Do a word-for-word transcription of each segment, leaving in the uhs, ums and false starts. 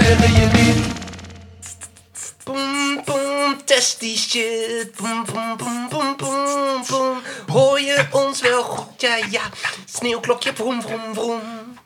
zeggen je niet. Boom, boom, test die shit. Boom, boom, boom, boom, boom, boom. Hoor je ons wel goed? Ja, ja. Sneeuwklokje, vroom, vroom, vroom.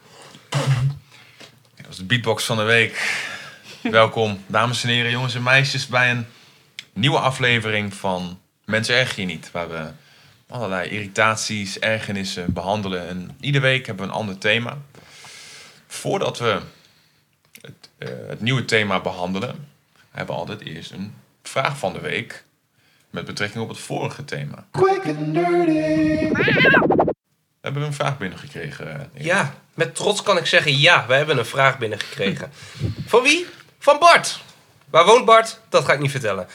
Dat is de beatbox van de week. Welkom, dames en heren, jongens en meisjes, bij een nieuwe aflevering van Mensen Erg Je Niet. Waar we allerlei irritaties, ergernissen behandelen. En iedere week hebben we een ander thema. Voordat we het, uh, het nieuwe thema behandelen, hebben we altijd eerst een vraag van de week. Met betrekking op het vorige thema. Quick and dirty. Hebben we een vraag binnengekregen? Erik? Ja, met trots kan ik zeggen ja, we hebben een vraag binnengekregen. Van wie? Van Bart. Waar woont Bart? Dat ga ik niet vertellen.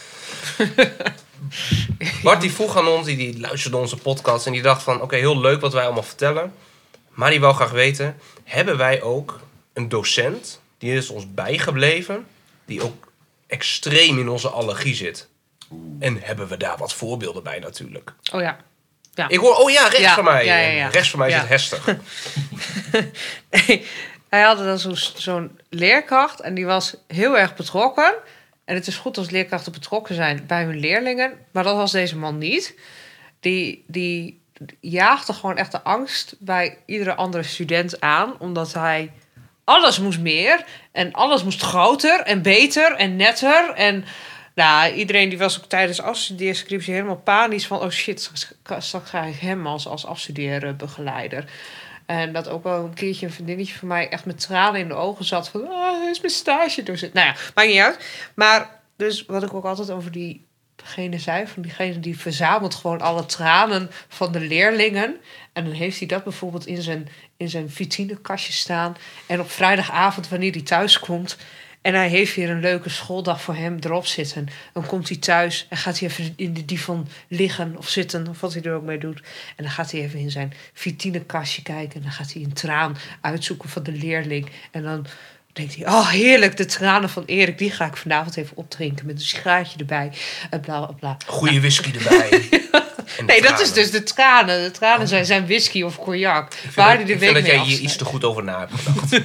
Bart die vroeg aan ons, die, die luisterde onze podcast en die dacht van... Oké, okay, heel leuk wat wij allemaal vertellen. Maar die wou graag weten, hebben wij ook een docent, die is ons bijgebleven, die ook extreem in onze allergie zit? Oeh. En hebben we daar wat voorbeelden bij natuurlijk. Oh ja. Ja. Ik hoor, oh ja, rechts ja, van mij. Ja, ja, ja. Rechts van mij ja. zit Hester. Nee, hij had dan zo, zo'n leerkracht en die was heel erg betrokken. En het is goed als leerkrachten betrokken zijn bij hun leerlingen. Maar dat was deze man niet. Die, die jaagde gewoon echt de angst bij iedere andere student aan. Omdat hij alles moest meer. En alles moest groter en beter en netter. En nou, iedereen die was ook tijdens afstudeerscriptie helemaal panisch van... oh shit, straks, straks ga ik hem als, als afstudeerbegeleider. En dat ook wel een keertje een vriendinnetje van mij echt met tranen in de ogen zat van... oh, hij is mijn stage docent. Nou ja, maakt niet uit. Maar dus wat ik ook altijd over diegene zei... van diegene die verzamelt gewoon alle tranen van de leerlingen. En dan heeft hij dat bijvoorbeeld in zijn, in zijn vitrinekastje staan. En op vrijdagavond, wanneer hij thuis komt... en hij heeft weer een leuke schooldag voor hem erop zitten. Dan komt hij thuis en gaat hij even in de divan liggen of zitten... of wat hij er ook mee doet. En dan gaat hij even in zijn vitrinekastje kijken... en dan gaat hij een traan uitzoeken van de leerling. En dan denkt hij, oh heerlijk, de tranen van Erik... die ga ik vanavond even opdrinken met een sigaartje erbij. En bla, bla, bla. Goeie nou. Whisky erbij. Nee, dat is dus de tranen. De tranen zijn, zijn whisky of cognac. Waar hij de ik week vind dat mee jij hier iets te goed over na hebt gedacht.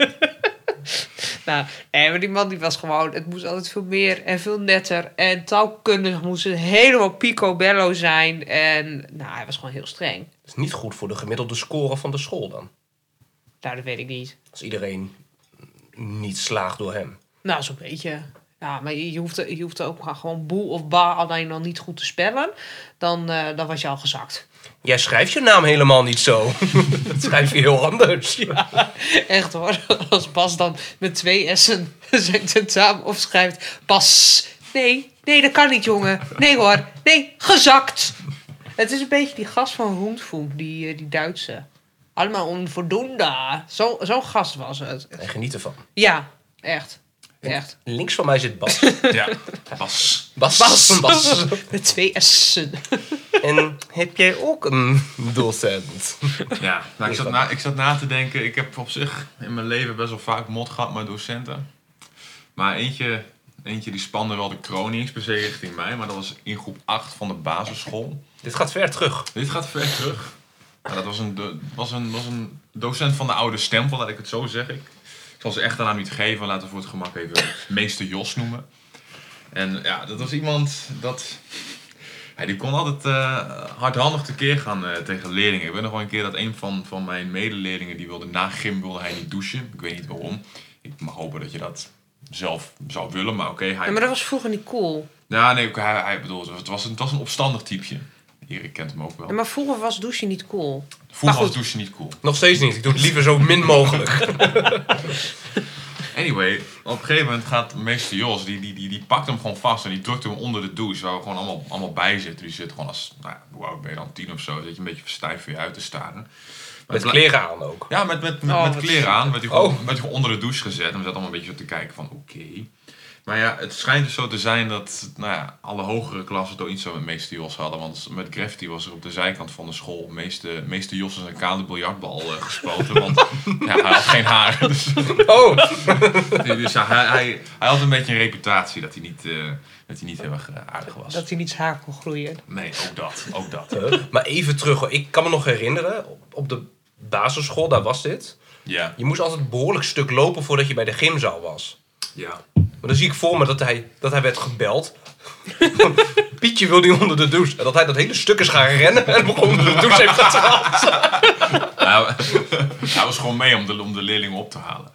Nou, nee, maar die man die was gewoon... het moest altijd veel meer en veel netter. En taalkundig moest het helemaal picobello zijn. En nou, hij was gewoon heel streng. Dat is niet goed voor de gemiddelde score van de school dan. Nou, dat weet ik niet. Als iedereen niet slaagt door hem. Nou, zo'n beetje. Ja, maar je hoeft, je hoeft ook gewoon boel of ba alleen dan niet goed te spellen. Dan, uh, dan was je al gezakt. Jij schrijft je naam helemaal niet zo. Dat schrijf je heel anders. Ja, echt hoor. Als Bas dan met twee S'en zijn tentamen opschrijft. Bas. Nee, nee, dat kan niet, jongen. Nee hoor. Nee, gezakt. Het is een beetje die gast van Roentvoem, die, die Duitse. Allemaal onvoldoende. Zo, zo'n gast was het. En geniet ervan. Ja, echt. Echt. Links van mij zit Bas. Ja, Bas. Bas. Bas. Bas. Met twee S'en. En heb jij ook een docent? Ja, nou, ik, zat na, ik zat na te denken. Ik heb op zich in mijn leven best wel vaak mot gehad met docenten. Maar eentje, eentje die spande wel de kroon, niet eens per se richting mij. Maar dat was in groep acht van de basisschool. Dit gaat ver terug. Dit gaat ver terug. Nou, dat was een, do, was, een, was een docent van de oude stempel, laat ik het zo zeggen. Ik zal ze echt naam niet geven, laten we voor het gemak even meester Jos noemen. En ja, dat was iemand dat... Ja, die kon altijd uh, hardhandig tekeer gaan uh, tegen leerlingen. Ik weet nog wel een keer dat een van, van mijn medeleerlingen... die wilde na gym wilde hij niet douchen. Ik weet niet waarom. Ik mag hopen dat je dat zelf zou willen, maar oké. Okay, ja, maar dat was vroeger niet cool. Ja, nee, hij, hij bedoelde, het was, een, het was een opstandig typeje. Erik kent hem ook wel. Ja, maar vroeger was douchen niet cool. Vroeger was douchen niet cool. Nog steeds niet. Ik doe het liever zo min mogelijk. Anyway, op een gegeven moment gaat meester Jos, die, die, die, die pakt hem gewoon vast en die drukt hem onder de douche, waar we gewoon allemaal, allemaal bij zitten. Die zit gewoon als, nou, hoe oud ben je dan, tien of zo, zit je een beetje verstijfd voor je uit te staren. Met kleren aan ook? Ja, met, met, met, oh, met kleren aan. Werd hij gewoon, oh. werd hij gewoon onder de douche gezet en we zaten allemaal een beetje zo te kijken van oké. Okay. Maar ja, het schijnt dus zo te zijn dat nou ja, alle hogere klassen toch iets zo met meester Jos hadden. Want met Graffiti was er op de zijkant van de school meester, meester Jos in zijn kale biljartbal uh, gespoten. Want ja, hij had geen haar. Dus, oh! dus ja, hij, hij, hij had een beetje een reputatie dat hij niet, uh, dat hij niet heel erg uh, aardig was. Dat hij niet haar kon groeien. Nee, ook dat. Ook dat. Uh, maar even terug. Ik kan me nog herinneren, op, op de basisschool, daar was dit. Ja. Je moest altijd een behoorlijk stuk lopen voordat je bij de gymzaal was. Ja. Maar dan zie ik voor me dat hij, dat hij werd gebeld. Pietje wil niet onder de douche. En dat hij dat hele stuk is gaan rennen en begon onder de douche heeft getrapt. Nou, hij was gewoon mee om de, om de leerlingen op te halen.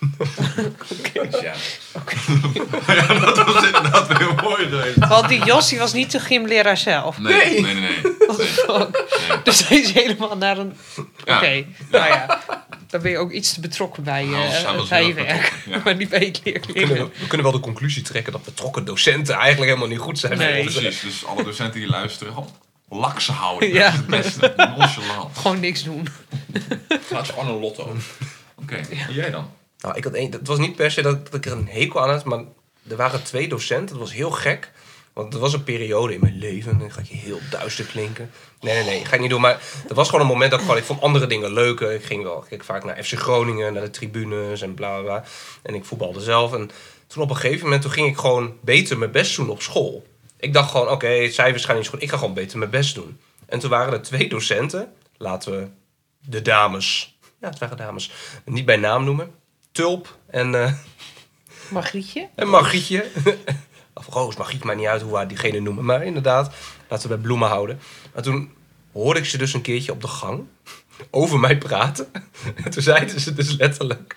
Okay. Dus ja. Okay. Ja, dat was inderdaad weer een mooie reden. Want die Jos die was niet de gymleraar zelf. Nee, nee, nee. nee. What the fuck? Nee. Dus hij is helemaal naar een... Ja. Oké, okay. nou ja. Dan ben je ook iets te betrokken bij, uh, was, bij je werk. Ja. Maar niet bij je leerlingen. We kunnen, we kunnen wel de conclusie trekken dat betrokken docenten eigenlijk helemaal niet goed zijn. Nee. Precies, dus alle docenten die luisteren, gewoon lakse houden. Ja. Het beste, nonchalant. Gewoon niks doen. Laat je gewoon een lotto. Oké, okay. ja. En jij dan? Nou, ik had een, het was niet per se dat, dat ik er een hekel aan had, maar er waren twee docenten. Dat was heel gek. Want er was een periode in mijn leven, dan ga ik je heel duister klinken. Nee, nee, nee, ga ik niet doen. Maar er was gewoon een moment dat ik gewoon, ik vond andere dingen leuker. Ik ging wel, ik keek vaak naar F C Groningen, naar de tribunes en bla bla bla. En ik voetbalde zelf. En toen op een gegeven moment, toen ging ik gewoon beter mijn best doen op school. Ik dacht gewoon, oké, okay, cijfers gaan niet goed. Ik ga gewoon beter mijn best doen. En toen waren er twee docenten, laten we de dames, ja, het waren dames, niet bij naam noemen. Tulp en... Uh, Margrietje? En Margrietje. Of Roos, Margriet, maakt niet uit hoe we diegene noemen. Maar inderdaad, laten we bij bloemen houden. Maar toen hoorde ik ze dus een keertje op de gang over mij praten. En toen zeiden ze dus letterlijk...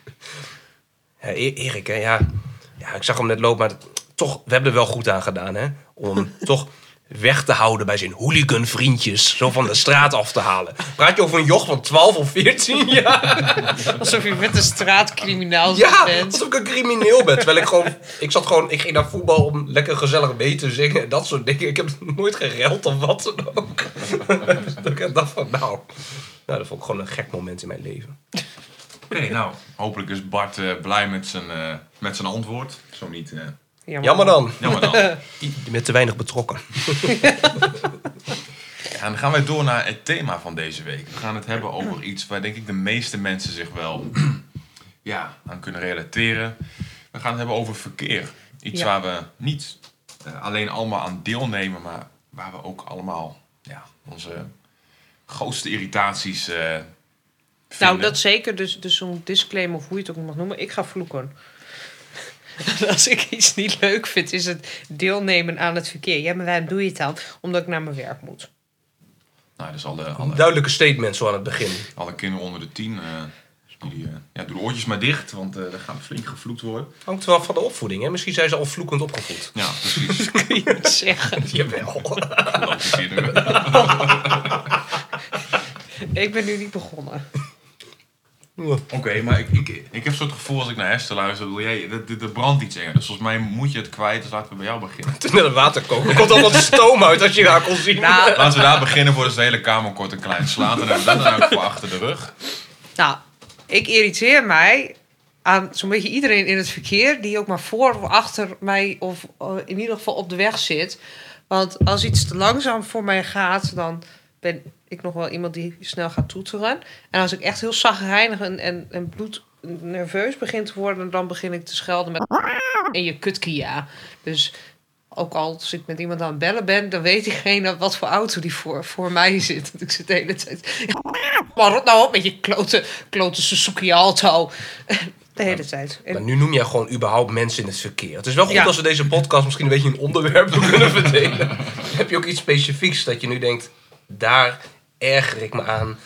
Ja, Erik, hè, ja, ja, ik zag hem net lopen, maar toch, we hebben er wel goed aan gedaan, hè. Om toch weg te houden bij zijn hooligan vriendjes. Zo van de straat af te halen. Praat je over een joch van twaalf of veertien jaar? Alsof je met een straatcriminaal ja, bent. alsof ik een crimineel ben. Terwijl ik gewoon... Ik zat gewoon... Ik ging naar voetbal om lekker gezellig mee te zingen. En dat soort dingen. Ik heb nooit gereld of wat dan ook. Dus ik dacht van, nou... Nou, dat vond ik gewoon een gek moment in mijn leven. Oké, okay, nou, hopelijk is Bart uh, blij met zijn, uh, met zijn antwoord. Zo niet... Uh... Jammer, Jammer dan. Jammer dan. Met te weinig betrokken. Ja, en dan gaan wij door naar het thema van deze week. We gaan het hebben over iets waar denk ik de meeste mensen zich wel ja, aan kunnen relateren. We gaan het hebben over verkeer. Iets ja. waar we niet uh, alleen allemaal aan deelnemen, maar waar we ook allemaal ja, onze grootste irritaties uh, vinden. Nou, dat zeker. Dus, dus zo'n disclaimer, of hoe je het ook mag noemen. Ik ga vloeken. Als ik iets niet leuk vind, is het deelnemen aan het verkeer. Ja, maar waarom doe je het dan? Omdat ik naar mijn werk moet. Nou, dus alle, alle, duidelijke statement zo aan het begin. Alle kinderen onder de tien, uh, die, uh, ja, doe de oortjes maar dicht, want uh, er gaat flink gevloekt worden. Hangt wel van de opvoeding, hè? Misschien zijn ze al vloekend opgevoed. Ja, precies. Dat kun je niet zeggen. Jawel. Ik ben nu niet begonnen. Oké, okay, maar ik, ik, ik heb zo'n gevoel als ik naar Esther luister, bedoel, jij, er, er brandt iets in. Dus volgens mij moet je het kwijt, dus laten we bij jou beginnen. Het is net een waterkoker. Er komt al wat stoom uit als je haar kon zien. Nou, laten we daar beginnen voor de hele kamer kort en klein slaat. En dan dan ook voor achter de rug. Nou, ik irriteer mij aan zo'n beetje iedereen in het verkeer die ook maar voor of achter mij of uh, in ieder geval op de weg zit. Want als iets te langzaam voor mij gaat, dan ben ik nog wel iemand die snel gaat toeteren. En als ik echt heel chagrijnig en, en, en bloednerveus begin te worden, dan begin ik te schelden met en je kutkia. Dus ook als ik met iemand aan het bellen ben, dan weet diegene wat voor auto die voor, voor mij zit. Want ik zit de hele tijd... Maar rot nou op met je klote, klote Suzuki Alto. De hele tijd. En... Maar nu noem jij gewoon überhaupt mensen in het verkeer. Het is wel goed ja. als we deze podcast misschien een beetje in onderwerpen kunnen verdelen. Heb je ook iets specifieks dat je nu denkt, daar erger ik me aan?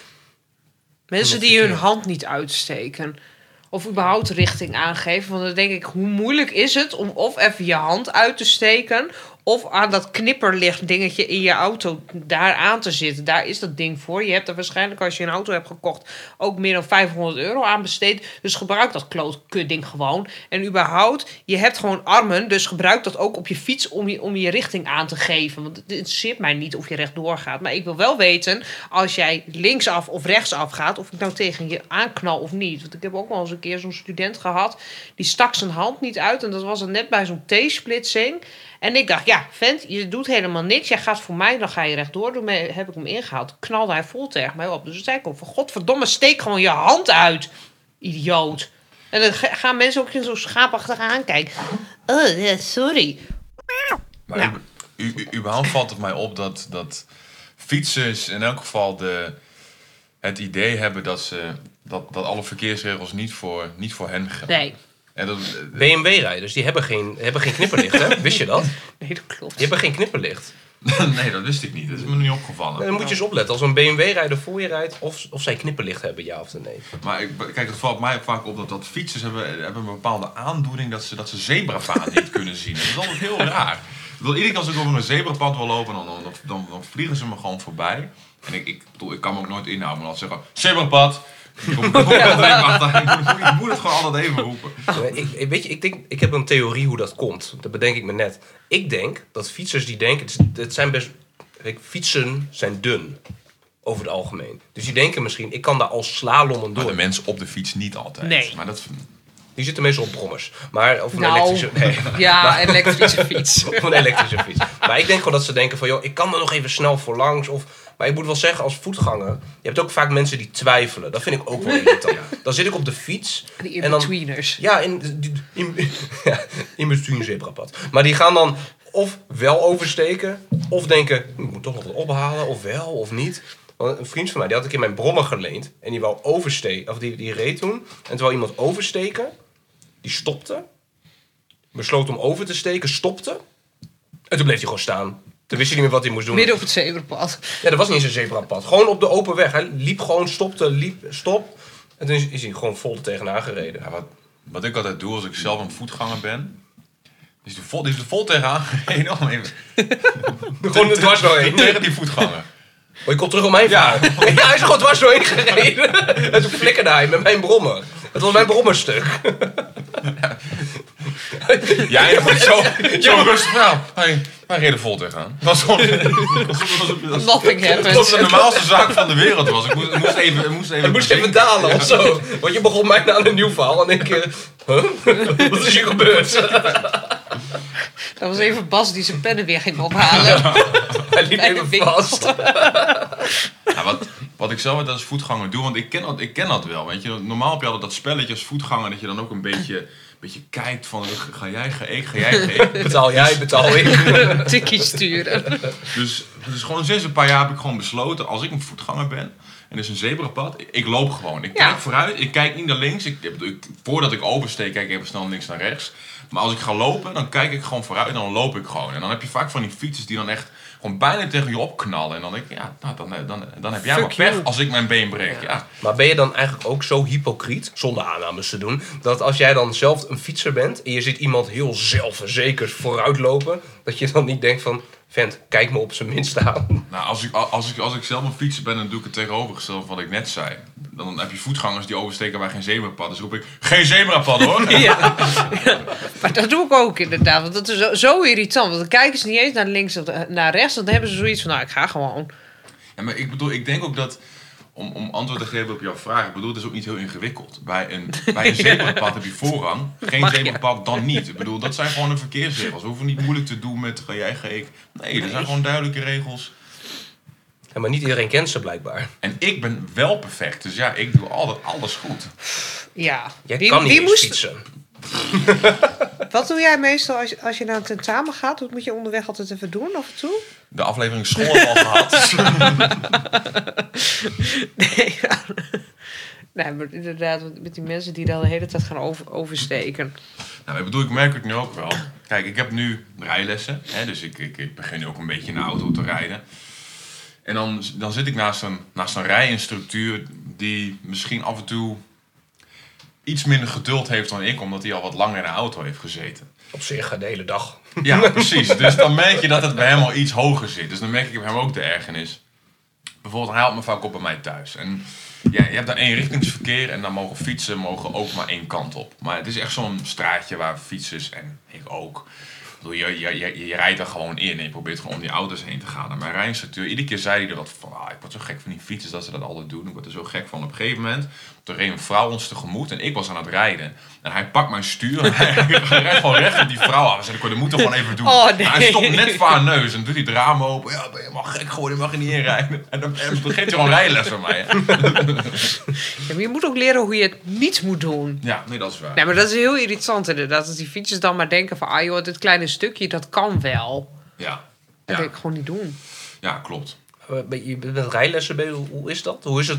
Mensen die hun hand niet uitsteken. Of überhaupt richting aangeven. Want dan denk ik, hoe moeilijk is het om of even je hand uit te steken, of aan dat knipperlicht dingetje in je auto daar aan te zitten. Daar is dat ding voor. Je hebt er waarschijnlijk, als je een auto hebt gekocht, ook meer dan vijfhonderd euro aan besteed. Dus gebruik dat kloot kutding gewoon. En überhaupt, je hebt gewoon armen, dus gebruik dat ook op je fiets om je, om je richting aan te geven. Want het interesseert mij niet of je rechtdoor gaat. Maar ik wil wel weten, als jij linksaf of rechtsaf gaat, of ik nou tegen je aanknal of niet. Want ik heb ook wel eens een keer zo'n student gehad, die stak zijn hand niet uit. En dat was dan net bij zo'n T-splitsing. En ik dacht, ja, vent, je doet helemaal niks. Jij gaat voor mij, dan ga je rechtdoor. Toen heb ik hem ingehaald. Knalde hij vol tegen mij op. Dus toen zei ik ook van, godverdomme, steek gewoon je hand uit. Idioot. En dan gaan mensen ook zo schaapachtig aankijken. Oh, yeah, sorry. Maar ja. u, u, überhaupt valt het mij op dat, dat fietsers in elk geval de, het idee hebben dat ze dat, dat alle verkeersregels niet voor, niet voor hen gelden. Nee. En dat, B M W-rijders, die hebben geen, hebben geen knipperlicht, hè? Wist je dat? Nee, dat klopt. Die hebben geen knipperlicht. nee, dat wist ik niet. Dat is me niet opgevallen. Dan moet je eens opletten. Als een B M W-rijder voor je rijdt, of, of zij knipperlicht hebben, ja of nee. Maar ik, kijk, het valt mij vaak op dat, dat fietsers hebben, hebben een bepaalde aandoening dat ze, dat ze zebrapaden niet kunnen zien. Dat is altijd heel raar. Ik bedoel, iedere keer als ik over een zebrapad wil lopen, dan, dan, dan, dan vliegen ze me gewoon voorbij. En ik, ik, bedoel, ik kan me ook nooit inhouden, maar dan zeggen zebrapad. Ik moet, ik moet, ik moet het gewoon altijd even roepen. Ik, ik- weet je, ik, denk, ik heb een theorie hoe dat komt. Dat bedenk ik me net. Ik denk dat fietsers die denken... Het, is- het zijn best... Kijk, fietsen zijn dun. Over het algemeen. Dus die denken misschien, ik kan daar als slalommen Maar de door. mensen op de fiets niet altijd. Nee. Maar dat, Die zitten meestal op brommers. Maar, of een Nou, elektrische... Nee. Ja, elektrische fiets. Of een elektrische fiets. Maar ik denk gewoon dat ze denken van... joh, ik kan er nog even snel voor langs. Of, maar ik moet wel zeggen, als voetganger... je hebt ook vaak mensen die twijfelen. Dat vind ik ook wel irritant. Dan zit ik op de fiets... Die en dan, in-betweeners. ja, in, in, in, ja, in between zebrapad. Maar die gaan dan of wel oversteken... of denken, ik moet toch nog wat ophalen. Of wel, of niet. Want een vriend van mij, die had een keer mijn brommer geleend... en die wou oversteken... of die, die reed toen... en terwijl iemand oversteken... die stopte... besloot om over te steken, stopte... en toen bleef hij gewoon staan. Toen wist hij niet meer wat hij moest doen. Midden op het zebrapad. Ja, dat was niet eens een zebrapad. Gewoon op de open weg. Hij liep gewoon, stopte, liep, stop. En toen is, is hij gewoon vol tegenaan gereden. ja, wat, wat ik altijd doe als ik zelf een voetganger ben... is er vol, die is er vol tegenaan gereden om even Gewoon er dwars doorheen. tegen die voetganger. Oh, je komt terug op mijn Ja. verhaal. Ja, hij is er gewoon dwars doorheen gereden. En toen flikkerde hij met mijn brommer. Het was mijn brommerstuk. Ja, en dan wordt zo, zo rustig. Nou, hij, hij reed er vol tegenaan. Dat was gewoon... Nothing Dat happens. de normaalste zaak van de wereld was. Ik moest, ik moest even... Ik moest even, Hij moest even dalen of zo. Want je begon mij aan een nieuw verhaal. En ik keer, huh? Wat is hier gebeurd? Dat was even Bas die zijn pennen weer ging ophalen. Hij liep Bij de even winkel. vast. Ja, wat, wat ik zelf altijd als voetganger doe, want ik ken dat, ik ken dat wel. Weet je. Normaal heb je altijd dat spelletje als voetganger dat je dan ook een beetje, beetje kijkt van ga jij, ga ik, ga jij, ga ik. Betaal jij, betaal ik. Tikkie sturen. Dus, dus gewoon sinds een paar jaar heb ik gewoon besloten, als ik een voetganger ben en er is een zebrapad, ik, ik loop gewoon. Ik Ja. kijk vooruit, ik kijk niet naar links. Ik, ik, ik- voordat ik oversteek, kijk ik even snel links naar rechts. Maar als ik ga lopen, dan kijk ik gewoon vooruit en dan loop ik gewoon. En dan heb je vaak van die fietsers die dan echt gewoon bijna tegen je opknallen. En dan denk ik, ja, nou, dan, dan, dan heb jij Fuck maar pech you. als ik mijn been breek. Ja. Maar ben je dan eigenlijk ook zo hypocriet, zonder aannames te doen, dat als jij dan zelf een fietser bent en je ziet iemand heel zelfverzekerd vooruitlopen, dat je dan niet denkt van, vent, kijk me op zijn minst aan. Nou, als ik, als, ik, als ik zelf een fietser ben, dan doe ik het tegenovergestelde van wat ik net zei. Dan heb je voetgangers die oversteken bij geen zebrapad. Dus roep ik, geen zebrapad hoor! Ja. Maar dat doe ik ook inderdaad. Want dat is zo, zo irritant. Want dan kijken ze niet eens naar links of naar rechts. Dan hebben ze zoiets van, nou, ik ga gewoon. Ja, maar ik bedoel, ik denk ook dat, om, om antwoord te geven op jouw vraag, ik bedoel, het is ook niet heel ingewikkeld. Bij een, bij een zebrapad heb je voorrang, geen Mag je. zebrapad dan niet. Ik bedoel, dat zijn gewoon de verkeersregels. We hoeven niet moeilijk te doen met ga jij, ga ik. Nee, er zijn gewoon duidelijke regels. Ja, maar niet iedereen kent ze blijkbaar. En ik ben wel perfect, dus ja, ik doe altijd alles goed. Ja. Jij Wie- kan niet wie eens moest- fietsen. Wat doe jij meestal als, als je naar een tentamen gaat? Wat moet je onderweg altijd even doen af en toe? De aflevering school heb al gehad. Nee, ja. Nee, maar inderdaad, met die mensen die dan de hele tijd gaan over, oversteken. Nou, ik bedoel, ik merk het nu ook wel. Kijk, ik heb nu rijlessen, hè, dus ik, ik, ik begin nu ook een beetje in de auto te rijden. En dan, dan zit ik naast een, naast een rijinstructuur die misschien af en toe iets minder geduld heeft dan ik, omdat hij al wat langer in de auto heeft gezeten. Op zich, de hele dag. Ja, precies. Dus dan merk je dat het bij hem al iets hoger zit. Dus dan merk ik bij hem ook de ergernis. Bijvoorbeeld, hij haalt me vaak op bij mij thuis. En ja, je hebt dan eenrichtingsverkeer en dan mogen fietsen mogen ook maar één kant op. Maar het is echt zo'n straatje waar fietsers, en ik ook, ik bedoel, je, je, je, je rijdt er gewoon in en je probeert gewoon om die auto's heen te gaan. En mijn rijinstructeur, iedere keer zei hij er wat van, ah, ik word zo gek van die fietsers dat ze dat altijd doen. Ik word er zo gek van. Op een gegeven moment, er reed een vrouw ons tegemoet en ik was aan het rijden. En hij pakt mijn stuur en hij, hij rijdt gewoon recht op die vrouw aan. Hij zei, dat moet toch gewoon even doen. Oh, nee. En hij stopt net voor haar neus en doet die het raam open. Ja, ben je helemaal gek geworden, je mag er niet in rijden. En dan, en dan geeft hij gewoon rijles van mij. Hè? Ja, maar je moet ook leren hoe je het niet moet doen. Ja, nee, dat is waar. Nee, maar dat is heel irritant inderdaad. Dat die fietsers dan maar denken van... ah joh, dit kleine stukje, dat kan wel. Ja. Dat Ja. wil ik gewoon niet doen. Ja, klopt. Eh, ben je- Met rijlessen, ben je- hoe is dat? Hoe is het om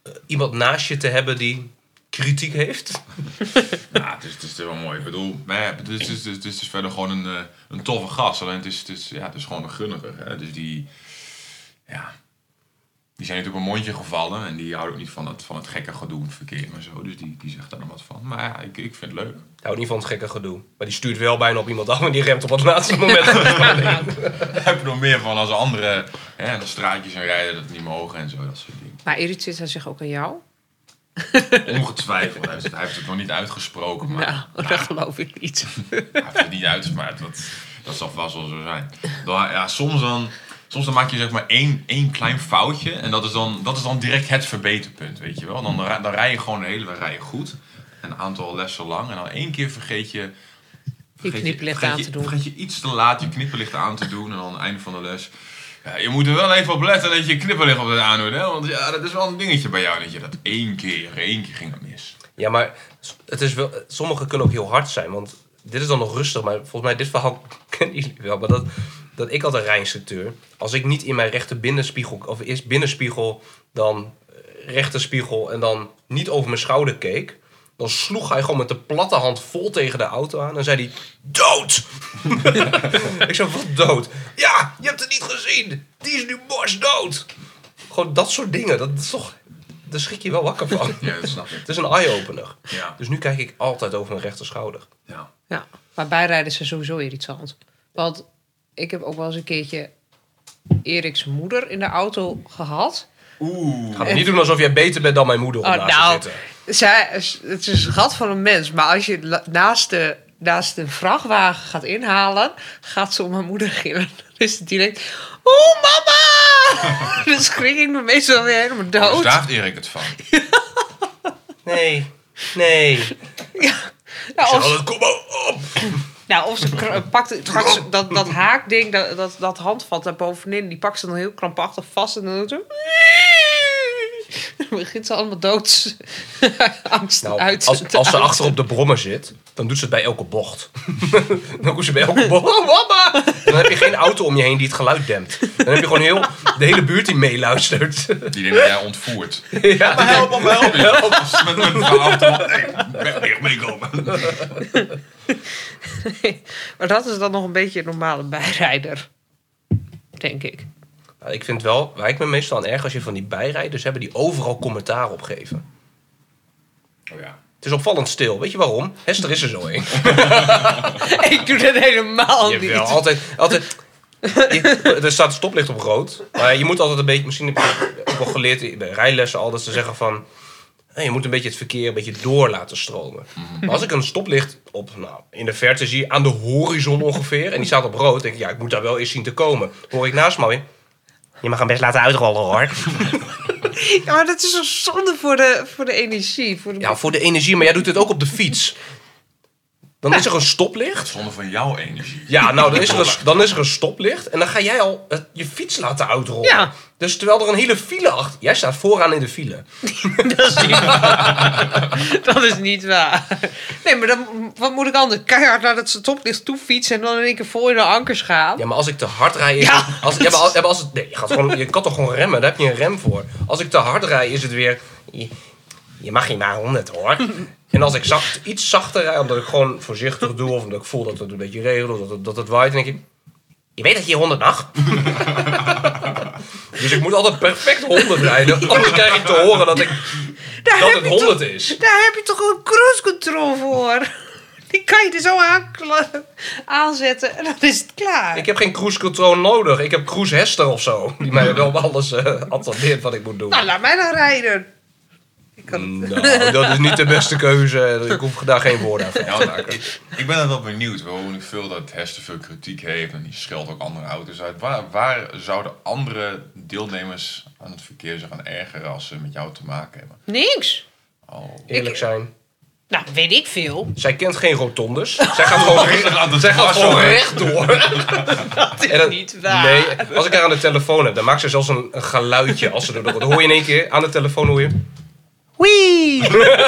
uh, iemand naast je te hebben die kritiek heeft. Ja, het is, het is wel mooi. Ik bedoel, wij hebben, het, is, het, is, het is verder gewoon een, uh, een toffe gast. Alleen het is, het is, ja, het is gewoon een gunniger. Hè? Dus die, ja, die zijn natuurlijk een mondje gevallen. En die houden ook niet van het, van het gekke gedoe in het verkeer en zo. Dus die, die zegt daar nog wat van. Maar ja, ik, ik vind het leuk. Hij houdt niet van het gekke gedoe. Maar die stuurt wel bijna op iemand af en die remt op het laatste moment. Daar heb ik nog meer van als anderen hè, de straatjes en rijden dat niet mogen en zo. Dat soort dingen. Maar irriteert hij zich ook aan jou? Ongetwijfeld. Hij heeft, het, hij heeft het nog niet uitgesproken. Maar, Nou, dat geloof ik niet. Hij heeft het niet uitgesproken. Dat, dat zal vast wel zo zijn. Dan, ja, soms, dan, soms dan maak je zeg maar één, één klein foutje. En dat is, dan, dat is dan direct het verbeterpunt. Weet je wel? Dan, dan rij je gewoon de hele rij goed. Een aantal lessen lang. En dan één keer vergeet je... Je knipperlicht aan te doen. Vergeet je iets te laat je knipperlicht aan te doen. En dan aan het einde van de les... Ja, je moet er wel even op letten dat je knipperlicht op het aandoet. Hè? Want ja, dat is wel een dingetje bij jou. Dat je dat één keer, één keer ging het mis. Ja, maar het is wel, sommige kunnen ook heel hard zijn. Want dit is dan nog rustig. Maar volgens mij, dit verhaal kennen jullie wel. Maar dat, dat ik als een rijinstructeur... Als ik niet in mijn rechter binnenspiegel... Of eerst binnenspiegel, dan rechterspiegel... En dan niet over mijn schouder keek... Dan sloeg hij gewoon met de platte hand vol tegen de auto aan. En zei hij, dood! Ik zei, wat dood? Ja, je hebt het niet gezien. Die is nu borstdood. Gewoon dat soort dingen. Dat is toch... Daar schrik je wel wakker van. Ja, dat snap ik. Het is een eye-opener. Ja. Dus nu kijk ik altijd over mijn rechterschouder. Ja. Ja, maar bijrijden is sowieso irritant. Want ik heb ook wel eens een keertje Eriks moeder in de auto gehad. Oeh. Ga het niet doen alsof jij beter bent dan mijn moeder om Oh, naast nou, te zitten. zij, het is een gat van een mens. Maar als je la- naast de, naast de vrachtwagen gaat inhalen... gaat ze om mijn moeder gillen. Dan is het direct... Oeh, mama! Dan schrik ik me meestal weer helemaal Daar dood. staat Erik het van. Nee, nee. Ja. Ik Nou, zeg of, altijd, kom maar op. nou, of ze kra- pakt, pakt ze dat, dat haakding, dat, dat, dat handvat daar bovenin... die pakt ze dan heel krampachtig vast en dan doet ze... Dan begint ze allemaal doodsangst Nou, uit. als, te als ze uiten. achter op de brommer zit, dan doet ze het bij elke bocht. Dan doet ze bij elke bocht. Oh, mama! Dan heb je geen auto om je heen die het geluid dempt. Dan heb je gewoon heel de hele buurt die meeluistert. Die denkt dat jij ontvoert. Ja. Maar help, maar help. help. Met een verhaal te nee, weg, weg, meekomen. Maar dat is dan nog een beetje een normale bijrijder. Denk ik. Nou, ik vind wel, waar ik me meestal aan erg als je van die bijrijders hebben die overal commentaar op geven. Oh ja. Het is opvallend stil. Weet je waarom? Hester is er zo een. Ik doe dat helemaal niet. Jawel, altijd, altijd. Je- er staat een stoplicht op rood. Maar je moet altijd een beetje, misschien heb je ook wel geleerd bij rijlessen al dat ze zeggen van, hey, je moet een beetje het verkeer een beetje door laten stromen. Maar als ik een stoplicht op, nou, in de verte zie, aan de horizon ongeveer, en die staat op rood, denk ik, ja, ik moet daar wel eens zien te komen. Dan hoor ik naast me weer, je mag hem best laten uitrollen hoor. Ja, maar dat is zo zonde voor de, voor de energie. Voor de... Ja, voor de energie, maar jij doet dit ook op de fiets. Dan is er een stoplicht. Zonder van jouw energie. Ja, nou, dan is, er een, dan is er een stoplicht. En dan ga jij al eh, je fiets laten uitrollen. Ja. Dus terwijl er een hele file achter... Jij staat vooraan in de file. Dat is niet waar. Dat is niet waar. Nee, maar dan, wat moet ik anders? Keihard naar het stoplicht toe fietsen en dan in één keer voor in de ankers gaan. Ja, maar als ik te hard rij... Is Ja. het, als, ja, maar als, ja, maar als het, nee, je, gaat gewoon, je kan toch gewoon remmen? Daar heb je een rem voor. Als ik te hard rij, is het weer... Je, je mag geen maar honderd hoor. En als ik zacht, iets zachter rij, omdat ik gewoon voorzichtig doe... of omdat ik voel dat het een beetje regelt, of dat het, dat het waait... dan denk ik... Je weet dat je honderd mag. Dus ik moet altijd perfect honderd rijden. Anders krijg ik te horen dat, ik, Daar dat heb het je honderd toch- is. Daar heb je toch een cruise control voor? Die kan je er zo aan, aanzetten en dan is het klaar. Ik heb geen cruise control nodig. Ik heb cruise Hester of zo. Die mij wel alles uh, attendeert wat ik moet doen. Nou, laat mij dan rijden. Ik kan... Nou, dat is niet de beste keuze. Ik hoef daar geen woorden aan Ja, te want maken. ik, ik ben er wel benieuwd. We horen nu veel dat Hester veel kritiek heeft en die scheldt ook andere auto's uit. Waar, waar zouden andere deelnemers aan het verkeer zich aan ergeren als ze met jou te maken hebben? Niks. Oh. Eerlijk zijn. Nou, weet ik veel. Zij kent geen rotondes. Zij gaat gewoon, recht, zij gaat gewoon rechtdoor. Dat is En dan- niet waar. Nee, als ik haar aan de telefoon heb, dan maakt ze zelfs een, een geluidje als ze er door. Dan hoor je in één keer aan de telefoon hoor je. Wee!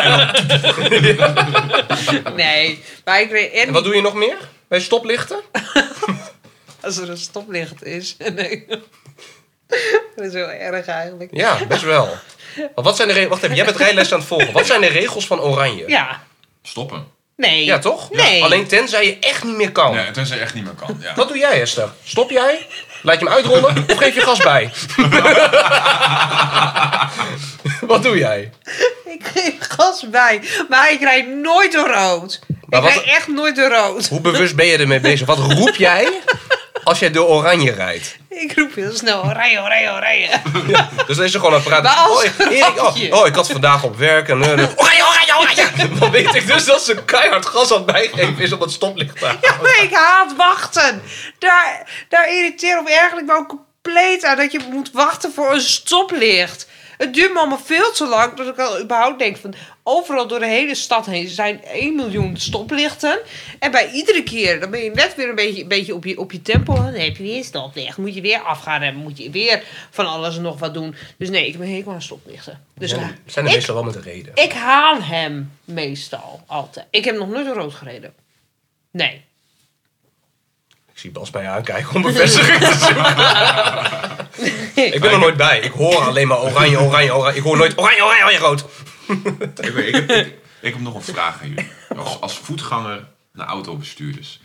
Nee, maar ik weet... En En wat doe je nog meer? Bij stoplichten? als er een stoplicht is. Nee. Dat is heel erg eigenlijk. Ja, best wel. Maar wat zijn de regels? Wacht even, jij bent rijles aan het volgen. Wat zijn de regels van oranje? Ja. Stoppen. Nee. Ja, toch? Nee. Alleen tenzij je echt niet meer kan. Nee, tenzij echt niet meer kan. Ja. Wat doe jij, Esther? Stop jij? Laat je hem uitrollen? Of geef je gas bij? Wat doe jij? Ik geef gas bij. Maar ik rijd nooit door rood. Maar ik wat- rijd echt nooit door rood. Hoe bewust ben je ermee bezig? Wat roep jij als jij door oranje rijdt? Ik roep heel snel, rijden, rijden, rijden. Dus dan is er gewoon een praat. Maar als Oh, Erik, grapje. oh, oh, ik had vandaag op werk en... Uh, oranje, oranje, oranje! Dan weet ik dus dat ze keihard gas aan het bijgeven is op het stoplicht te Ja, houden. maar ik haat wachten. Daar, daar irriteer of eigenlijk wel compleet aan dat je moet wachten voor een stoplicht. Het duurt me allemaal veel te lang dat ik al überhaupt denk van... Overal door de hele stad heen zijn één miljoen stoplichten. En bij iedere keer, dan ben je net weer een beetje, een beetje op, je, op je tempo. Dan heb je weer een stoplicht. Moet je weer afgaan en moet je weer van alles en nog wat doen. Dus nee, ik heb een hekel aan stoplichten. Dus Zijn, nou, zijn er ik, meestal wel met een reden. ik haal hem meestal altijd. Ik heb nog nooit een rood gereden. Nee. Ik zie Bas bij je aankijken om bevestiging te zoeken. Ik ben er nooit bij. Ik hoor alleen maar oranje, oranje, oranje. Ik hoor nooit oranje, oranje, oranje, rood. Ik, weet- ik, heb, ik, ik heb nog een vraag aan jullie. Als, als voetganger naar autobestuurders.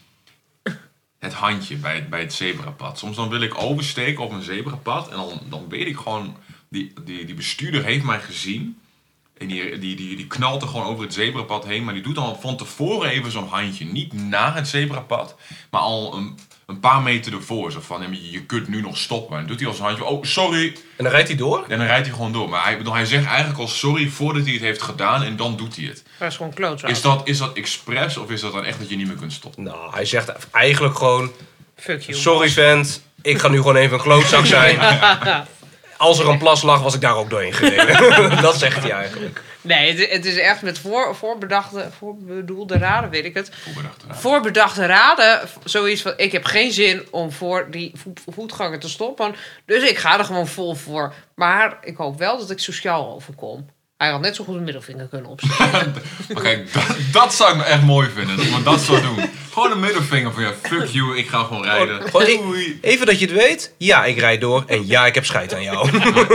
Het handje bij het, bij het zebrapad. Soms dan wil ik oversteken op een zebrapad. En dan, dan weet ik gewoon... Die, die, die bestuurder heeft mij gezien. En die, die, die, die knalt er gewoon over het zebrapad heen. Maar die doet dan van tevoren even zo'n handje. Niet na het zebrapad. Maar al een, een paar meter ervoor. Zo van, je, je kunt nu nog stoppen. En dan doet hij al zo'n handje. Oh, sorry. En dan rijdt hij door. En dan rijdt hij gewoon door. Maar hij, bedoel, hij zegt eigenlijk al sorry voordat hij het heeft gedaan. En dan doet hij het. Dat is gewoon klootzak. Is dat, is dat expres of is dat dan echt dat je niet meer kunt stoppen? Nou, hij zegt eigenlijk gewoon... Fuck you. Sorry vent, ik ga nu gewoon even een klootzak zijn. Als er een plas lag, was ik daar ook doorheen gereden. Dat zegt hij eigenlijk. Nee, het, het is echt met voor, voorbedachte, voorbedoelde raden, weet ik het. Voorbedachte raad. Voorbedachte raden, zoiets van... Ik heb geen zin om voor die vo- voetganger te stoppen. Dus ik ga er gewoon vol voor. Maar ik hoop wel dat ik sociaal overkom. Hij had net zo goed een middelvinger kunnen opsteken. Maar kijk, dat, dat zou ik nou echt mooi vinden. Dat iemand dat zou doen. Gewoon een middelvinger van ja, fuck you, ik ga gewoon rijden. Gewoon, ik- Doei. even dat je het weet. Ja, ik rijd door. En ja, ik heb scheid aan jou.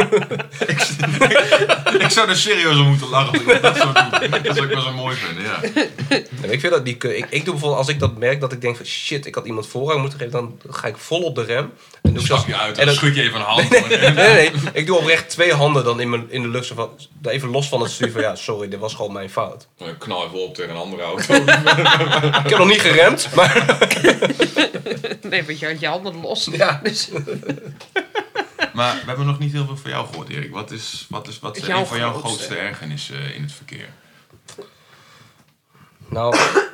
Ik zou er serieus om moeten lachen als ik dat zou doen. Dat zou ik wel zo mooi vinden, ja. En ik vind dat die, ik, ik doe bijvoorbeeld, als ik dat merk, dat ik denk van shit, ik had iemand voorrang moeten geven, dan ga ik vol op de rem. En doe ik Stap zelfs- je uit en en dan dan- schud je even een hand. Nee, nee, nee. Ik doe oprecht twee handen dan in, mijn, in de lucht. Zo van, even los van het stuur van ja, sorry, dit was gewoon mijn fout. Dan knal even op tegen een andere auto. Ik heb nog niet geremd, maar Nee, want je had je handen los. ja. Dus Maar we hebben nog niet heel veel van jou gehoord, Erik. Wat is, wat is, wat is Jouw een van jouw grootste? grootste ergernissen in het verkeer? Nou.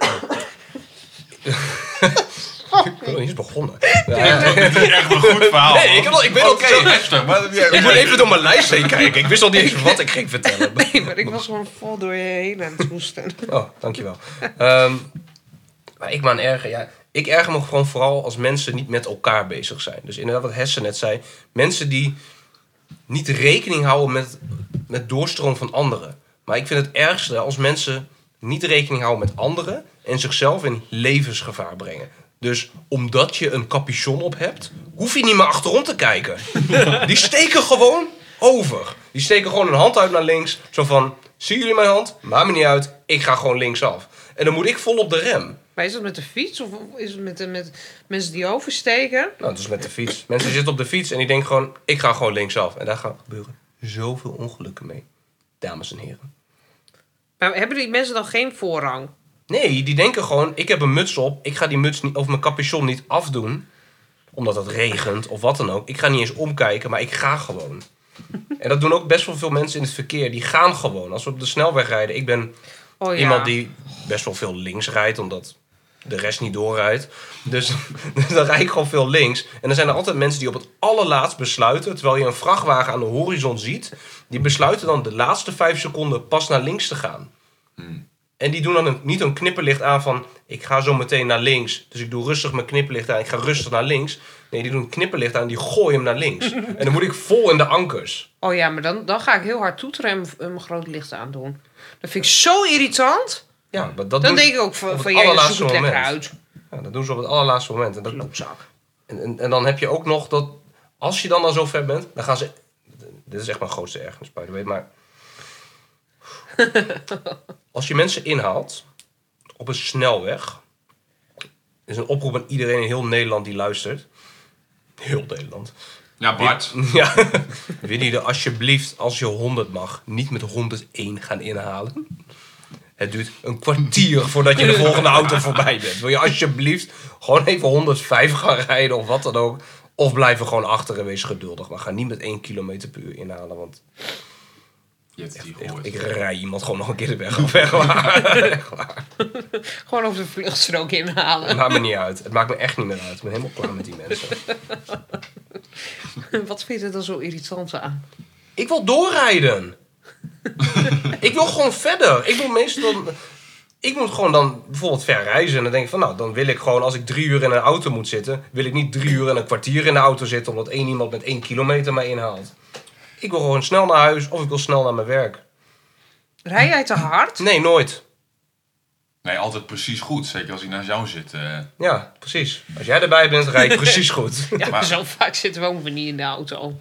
Ik ben nog niet eens begonnen. Ja, Dat is niet echt een goed verhaal. Nee, ik heb al- ik ben al Oké, zo- Esther, wat heb jij... ik moet even door mijn lijst heen kijken. Ik wist al niet eens wat ik ging vertellen. nee, maar ik was gewoon vol door je heen aan het hoesten. Oh, dankjewel. Ehm maar ik me aan erger, ja. Ik erger me gewoon vooral als mensen niet met elkaar bezig zijn. Dus inderdaad wat Hesse net zei. Mensen die niet rekening houden met, met doorstroom van anderen. Maar ik vind het ergste als mensen niet rekening houden met anderen en zichzelf in levensgevaar brengen. Dus omdat je een capuchon op hebt, hoef je niet meer achterom te kijken. Die steken gewoon over. Die steken gewoon een hand uit naar links. Zo van, zien jullie mijn hand? Maakt me niet uit, ik ga gewoon linksaf. En dan moet ik vol op de rem. Maar is dat met de fiets of is het met, de, met mensen die oversteken? Nou, het is met de fiets. Mensen zitten op de fiets en die denken gewoon, ik ga gewoon linksaf. En daar gaan gebeuren zoveel ongelukken mee. Dames en heren. Maar hebben die mensen dan geen voorrang? Nee, die denken gewoon, ik heb een muts op. Ik ga die muts niet, of mijn capuchon niet afdoen. Omdat het regent of wat dan ook. Ik ga niet eens omkijken, maar ik ga gewoon. En dat doen ook best wel veel mensen in het verkeer. Die gaan gewoon. Als we op de snelweg rijden. Ik ben Oh ja. iemand die best wel veel links rijdt, omdat de rest niet doorrijdt. Dus, dus dan rijd ik gewoon veel links. En dan zijn er altijd mensen die op het allerlaatst besluiten, terwijl je een vrachtwagen aan de horizon ziet, die besluiten dan de laatste vijf seconden pas naar links te gaan. Hmm. En die doen dan een, niet een knipperlicht aan van, ik ga zo meteen naar links. Dus ik doe rustig mijn knipperlicht aan, ik ga rustig naar links. Nee, die doen een knipperlicht aan en die gooien hem naar links. En dan moet ik vol in de ankers. Oh ja, maar dan, dan ga ik heel hard toeteren en m- mijn grote licht aandoen. Dat vind ik zo irritant. Ja, maar dat Dan doen, denk ik ook op van, het van jij zoek allerlaatste het lekker moment. uit. ja, dat doen ze op het allerlaatste moment. En dat, Klootzak. En, en, en dan heb je ook nog dat Als je dan al zo ver bent, dan gaan ze... Dit is echt mijn grootste ergernis, by the way, maar... Als je mensen inhaalt op een snelweg... is een oproep aan iedereen in heel Nederland die luistert. Heel Nederland. Ja, Bart. Ja, Winnie, de alsjeblieft, als je honderd mag, niet met honderdéén gaan inhalen. Het duurt een kwartier voordat je de volgende auto voorbij bent. Wil je alsjeblieft gewoon even honderdvijf gaan rijden of wat dan ook. Of blijf er gewoon achter en wees geduldig. Maar ga niet met één kilometer per uur inhalen, want... Je hebt het hier Echt, gehoord. ik rij iemand gewoon nog een keer de weg op. Echt waar. Echt waar. Gewoon over de vluchtstrook inhalen. Het maakt me niet uit. Het maakt me echt niet meer uit. Ik ben helemaal klaar met die mensen. Wat vind je er dan zo irritant aan? Ik wil doorrijden. Ik wil gewoon verder. Ik wil meestal... Ik moet gewoon dan bijvoorbeeld ver reizen. En dan denk ik van, nou, dan wil ik gewoon... Als ik drie uur in een auto moet zitten... wil ik niet drie uur en een kwartier in de auto zitten... omdat één iemand met één kilometer mij inhaalt. Ik wil gewoon snel naar huis of ik wil snel naar mijn werk. Rij jij te hard? Nee, nooit. Nee, altijd precies goed. Zeker als hij naast jou zit. Uh... Ja, precies. Als jij erbij bent, rijd ik precies goed. Ja, Maar- zo vaak zitten we ook niet in de auto.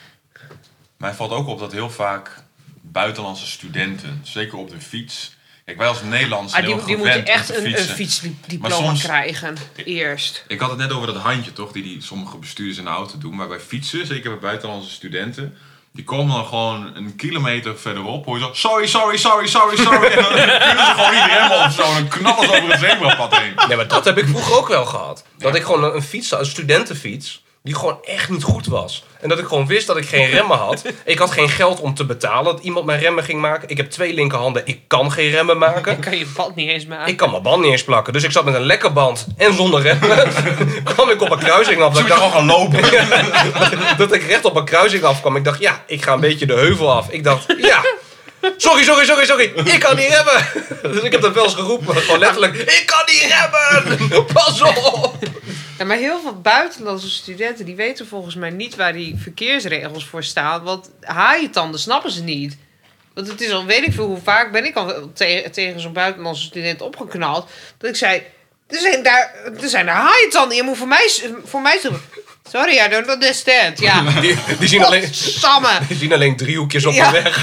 Mij valt ook op dat heel vaak buitenlandse studenten, zeker op de fiets... Kijk, wij als Nederlanders Ah, zijn die, heel die gewend moeten echt om te een, een fietsen. fietsdiploma Maar soms- krijgen. Eerst. Ik had het net over dat handje, toch? Die, die sommige bestuurders in de auto doen. Maar bij fietsen, zeker bij buitenlandse studenten... Die komen dan gewoon een kilometer verderop. Hoor je zo... Sorry, sorry, sorry, sorry, sorry. En dan kunnen ze gewoon niet remmen of zo. En dan knallen ze over een zebrapad heen. Nee, maar dat heb ik vroeger ook wel gehad. Dat ik gewoon een fiets had, een studentenfiets... die gewoon echt niet goed was. En dat ik gewoon wist dat ik geen remmen had. Ik had geen geld om te betalen dat iemand mijn remmen ging maken. Ik heb twee linkerhanden, ik kan geen remmen maken. Dan kan je band niet eens maken. Ik kan mijn band niet eens plakken. Dus ik zat met een lekker band en zonder remmen. kwam ik op een kruising af. Ze Dat ik, moeten dacht, gewoon gaan lopen. dat ik recht op een kruising afkwam. Ik dacht, ja, ik ga een beetje de heuvel af. Ik dacht, ja... Sorry, sorry, sorry, sorry. Ik kan niet remmen. Dus ik heb dat wel eens geroepen. Gewoon letterlijk, ik kan niet remmen. Pas op. Ja, maar heel veel buitenlandse studenten... die weten volgens mij niet waar die verkeersregels voor staan. Want haaientanden snappen ze niet. Want het is al, weet ik veel hoe vaak... ben ik al te- tegen zo'n buitenlandse student opgeknald... dat ik zei... er zijn daar, er zijn daar haaientanden. Je moet voor mij... Voor mij doen. Sorry, I don't understand. Ja, Die, die, zien alleen, godsamme. die zien alleen driehoekjes op Ja. de weg.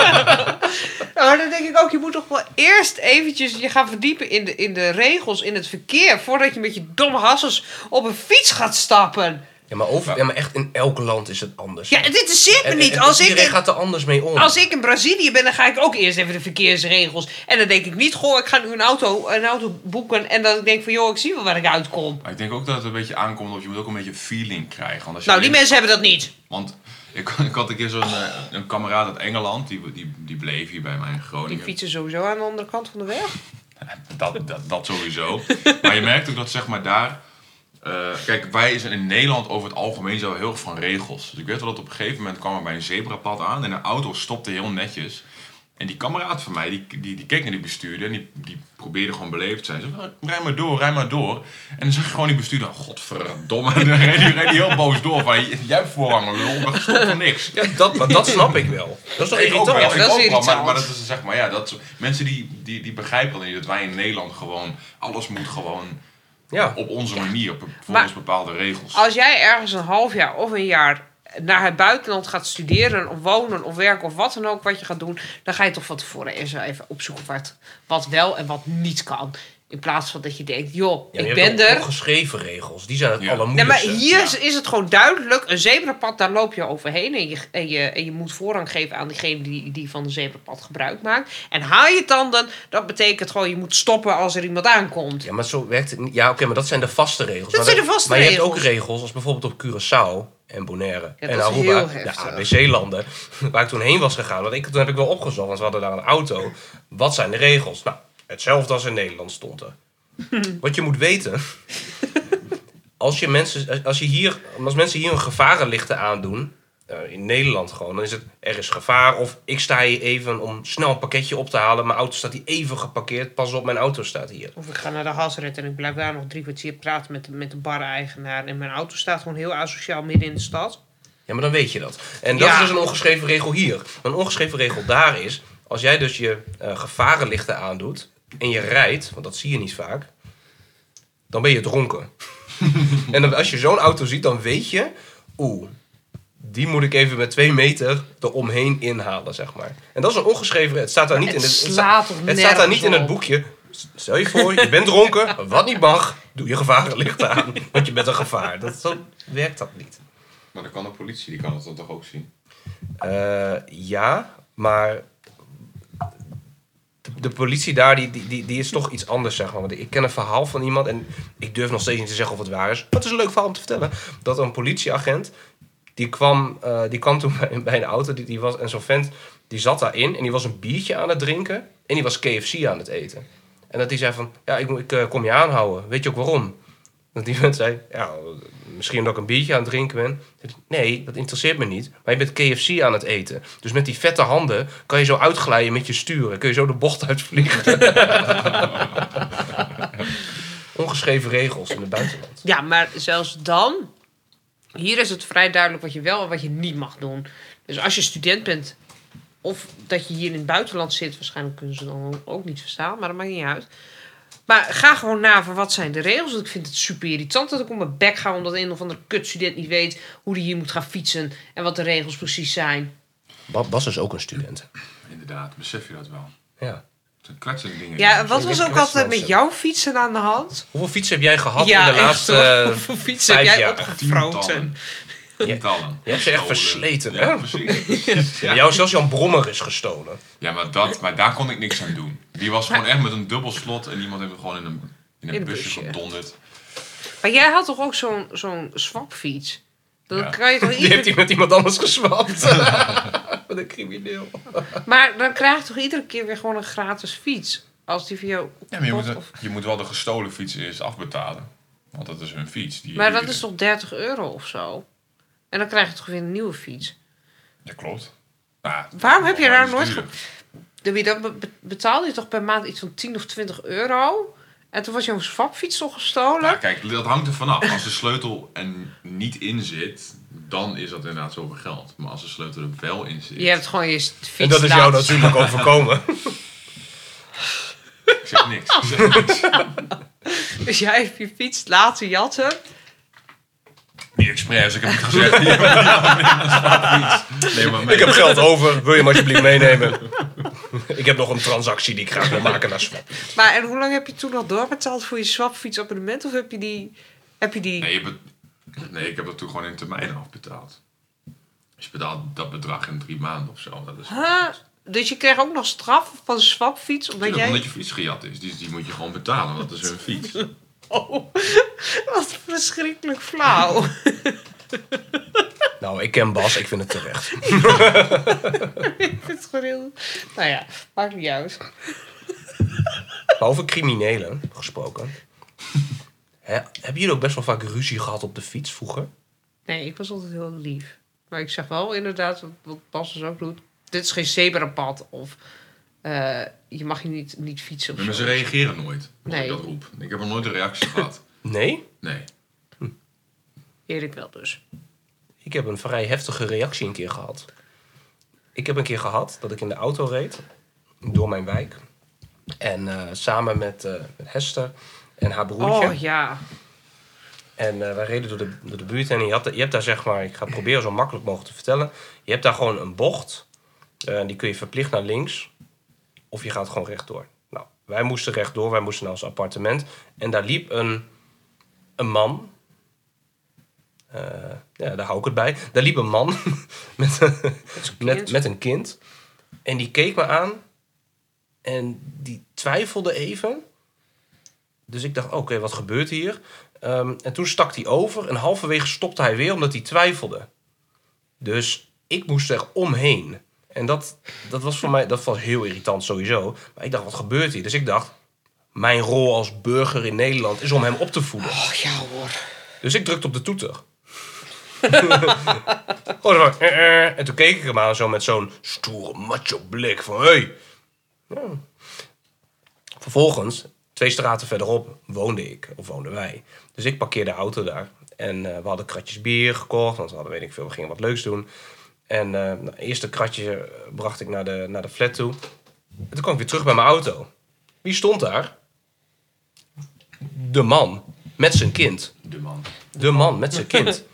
Nou, maar dan denk ik ook, je moet toch wel eerst eventjes je gaan verdiepen in de, in de regels, in het verkeer, voordat je met je domme hassels op een fiets gaat stappen. Ja, maar, over, ja, maar echt in elk land is het anders. Ja, dit interesseert me En- niet. en Als ik, iedereen in, gaat er anders mee om. als ik in Brazilië ben, dan ga ik ook eerst even de verkeersregels. En dan denk ik niet, goh, ik ga nu een auto, een auto boeken. En dan denk ik van, joh, ik zie wel waar ik uitkom. Maar ik denk ook dat het een beetje aankomt op je moet ook een beetje feeling krijgen. Want als je Nou, die alleen- mensen hebben dat niet. Want ik, ik had een keer zo'n eh, een kameraad uit Engeland, die, die, die bleef hier bij mij in Die Groningen. fietsen sowieso aan de andere kant van de weg. Dat, dat, dat sowieso. Maar je merkt ook dat zeg maar daar... eh, kijk, wij zijn in Nederland over het algemeen zo heel erg van regels. Dus ik weet wel dat op een gegeven moment kwam er bij een zebrapad aan en een auto stopte heel netjes. En die kameraad van mij, die, die, die keek naar die bestuurder en die, die probeerde gewoon beleefd te zijn. Zo, rij maar door, rij maar door. En dan zag je gewoon die bestuurder, godverdomme. En dan reed hij reed hij heel boos door van, jij hebt voorrang, lul, dat stopt voor niks. Ja, dat, maar dat snap ik wel. Dat is toch Ik ook wel, irritant? ik dat is ook wel, maar, irritant. maar dat is zeg maar, ja, dat, mensen die, die, die begrijpen niet dat wij in Nederland gewoon, alles moet gewoon Ja. op onze manier, op, volgens Maar- bepaalde regels. Als jij ergens een half jaar of een jaar naar het buitenland gaat studeren of wonen of werken of wat dan ook wat je gaat doen, dan ga je toch van tevoren eerst wel even opzoeken wat, wat wel en wat niet kan. In plaats van dat je denkt, joh, Ja, je ik hebt ben ook er. ongeschreven regels. Die zijn het Ja. Nee, maar allermoeilijkste. hier Ja. is, is het gewoon duidelijk. Een zebrapad, daar loop je overheen. En je, en je, en je moet voorrang geven aan diegene die, die van de zebrapad gebruik maakt. En haaientanden, dat betekent gewoon... je moet stoppen als er iemand aankomt. Ja, maar zo werkt het niet. Ja, oké, maar dat zijn de vaste regels. Dat maar zijn dat- de vaste maar je hebt regels. ook regels, als bijvoorbeeld op Curaçao en Bonaire Ja, en dat is Aruba, heel de heftig. A B C-landen, waar ik toen heen was gegaan. Want ik, toen heb ik wel opgezocht, want we hadden daar een auto. Wat zijn de regels? Nou, hetzelfde als in Nederland stond er. Wat je moet weten, als, je mensen, als, je hier, als mensen hier een gevarenlichten aandoen, uh, in Nederland gewoon, dan is het, er is gevaar. Of ik sta hier even om snel een pakketje op te halen. Mijn auto staat hier even geparkeerd. Pas op, mijn auto staat hier. Of ik ga naar de gasrit en ik blijf daar nog drie kwartier praten met de, met de bar-eigenaar. En mijn auto staat gewoon heel asociaal midden in de stad. Ja, maar dan weet je dat. En dat Ja. is dus een ongeschreven regel hier. Een ongeschreven regel daar is, als jij dus je uh, gevarenlichten aandoet en je rijdt, want dat zie je niet vaak, dan ben je dronken. En dan, als je zo'n auto ziet, dan weet je, oeh, die moet ik even met twee meter eromheen inhalen, zeg maar. En dat is een ongeschreven... Het staat daar niet Het in het, slaat toch het staat daar niet in het nergens op. boekje. Stel je voor, je bent dronken, wat niet mag, doe je gevarenlicht aan. Want je bent een gevaar. Dat, zo werkt dat niet. Maar dan kan de politie, die kan het dan toch ook zien? Uh, ja, maar de, de politie daar, die, die, die is toch iets anders, zeg maar. Want ik ken een verhaal van iemand en ik durf nog steeds niet te zeggen of het waar is. Maar het is een leuk verhaal om te vertellen. Dat een politieagent, die kwam, uh, die kwam toen bij, bij een auto, die, die was, en zo'n vent, die zat daarin en die was een biertje aan het drinken en die was K F C aan het eten. En dat die zei van, ja, ik, ik uh, kom je aanhouden. Weet je ook waarom? Dat die vent zei, ja, misschien omdat ik een biertje aan het drinken ben. Nee, dat interesseert me niet. Maar je bent K F C aan het eten. Dus met die vette handen kan je zo uitglijden met je sturen. Kun je zo de bocht uitvliegen. Ongeschreven regels in het buitenland. Ja, maar zelfs dan... Hier is het vrij duidelijk wat je wel en wat je niet mag doen. Dus als je student bent... Of dat je hier in het buitenland zit... Waarschijnlijk kunnen ze dan ook niet verstaan. Maar dat maakt niet uit. Maar ga gewoon na voor wat zijn de regels. Want ik vind het super irritant dat ik om mijn bek ga... omdat een of andere kutstudent niet weet... hoe die hier moet gaan fietsen... en wat de regels precies zijn. Bas is ook een student. Inderdaad, besef je dat wel. Ja. Het zijn dingen. Ja, wat was ook altijd mensen. met jouw fietsen aan de hand? Hoeveel fietsen heb jij gehad Ja, in de echt, laatste hoor. uh, Hoeveel fietsen heb vijf jij jaar? opgefroten? Tientallen. Je hebt ze echt Gestolen. versleten, Ja, hè? precies. Ja. Jou zelfs Jan Brommer is gestolen. Ja, maar, dat, maar daar kon ik niks aan doen. Die was gewoon echt met een dubbel slot en iemand heeft hem gewoon in een, in een, In een busje busje. gedonderd. Maar jij had toch ook zo'n zo'n swapfiets? Dan Ja. kan je toch Die ieder... heeft hij met iemand anders geswapt. Wat een crimineel. Maar dan krijg je toch iedere keer weer gewoon een gratis fiets? Als die voor jou Ja, maar je moet, kapot of... je moet wel de gestolen fiets eerst afbetalen. Want dat is hun fiets. Die, Maar die- dat is toch dertig euro of zo? En dan krijg je toch weer een nieuwe fiets? Ja, klopt. Nou, Waarom heb je maar daar iets nooit... duurder. Ge... Doe je dat be- betaalde je toch per maand iets van tien of twintig euro? En toen was jouw swapfiets toch gestolen? Nou, kijk, dat hangt er vanaf. Als de sleutel er niet in zit, dan is dat inderdaad zoveel geld. Maar als de sleutel er wel in zit... Je hebt gewoon je fiets En dat is jou laten- natuurlijk overkomen. Ik zeg niks. Ik zeg niks. Dus jij hebt je fiets laten jatten. Niet expres, ik heb niet gezegd. Hier, maar nee, maar mee. Ik heb geld over, wil je hem alsjeblieft meenemen? Ik heb nog een transactie die ik graag wil maken naar Swap. Maar en hoe lang heb je toen nog doorbetaald voor je swapfietsabonnement? Of heb je die... Heb je die... Nee, je bet- nee, ik heb dat toen gewoon in termijnen afbetaald. Dus je betaalt dat bedrag in drie maanden of zo. Dat is Huh? Dus je kreeg ook nog straf van de swapfiets? Omdat Tuurlijk, jij... omdat je fiets gejat is. Die, die moet je gewoon betalen, want dat is hun fiets. Oh, wat verschrikkelijk flauw. Nou, ik ken Bas, ik vind het terecht. Ik vind het gewoon heel... Nou ja, maakt niet uit. Maar over criminelen gesproken. Hè, hebben jullie ook best wel vaak ruzie gehad op de fiets vroeger? Nee, ik was altijd heel lief. Maar ik zeg wel inderdaad, wat- wat Bas dus ook doet... Dit is geen zebrapad of... eh, je mag hier niet, niet fietsen of Maar zo. ze reageren nooit als Nee. ik dat roep. Ik heb nog nooit een reactie gehad. Nee? Nee. Erik wel dus. Ik heb een vrij heftige reactie een keer gehad. Ik heb een keer gehad dat ik in de auto reed door mijn wijk. En eh, samen met, eh, met Hester en haar broertje. Oh ja. En eh, wij reden door de, door de buurt en je, had, je hebt daar zeg maar, ik ga het proberen zo makkelijk mogelijk te vertellen. Je hebt daar gewoon een bocht. eh, en die kun je verplicht naar links. Of je gaat gewoon rechtdoor. Nou, wij moesten rechtdoor, wij moesten naar ons appartement. En daar liep een, een man. Eh, ja, daar hou ik het bij. Daar liep een man met, met, met een kind. En die keek me aan. En die twijfelde even. Dus ik dacht, oké, wat gebeurt hier? Um, en toen stak hij over en halverwege stopte hij weer omdat hij twijfelde. Dus ik moest er omheen. En dat, dat was voor mij dat was heel irritant sowieso. Maar ik dacht, wat gebeurt hier? Dus ik dacht, mijn rol als burger in Nederland is om hem op te voeden. Oh ja hoor. Dus ik drukte op de toeter. Gewoon zo, eh, eh. En toen keek ik hem aan zo met zo'n stoere macho blik van hey. Ja. Vervolgens, twee straten verderop, woonde ik, of woonden wij. Dus ik parkeerde de auto daar. En uh, we hadden kratjes bier gekocht, want we hadden weet ik veel, we gingen wat leuks doen. En uh, nou, het eerste kratje bracht ik naar de, naar de flat toe. En toen kwam ik weer terug bij mijn auto. Wie stond daar? De man met zijn kind. De man. De man met zijn kind.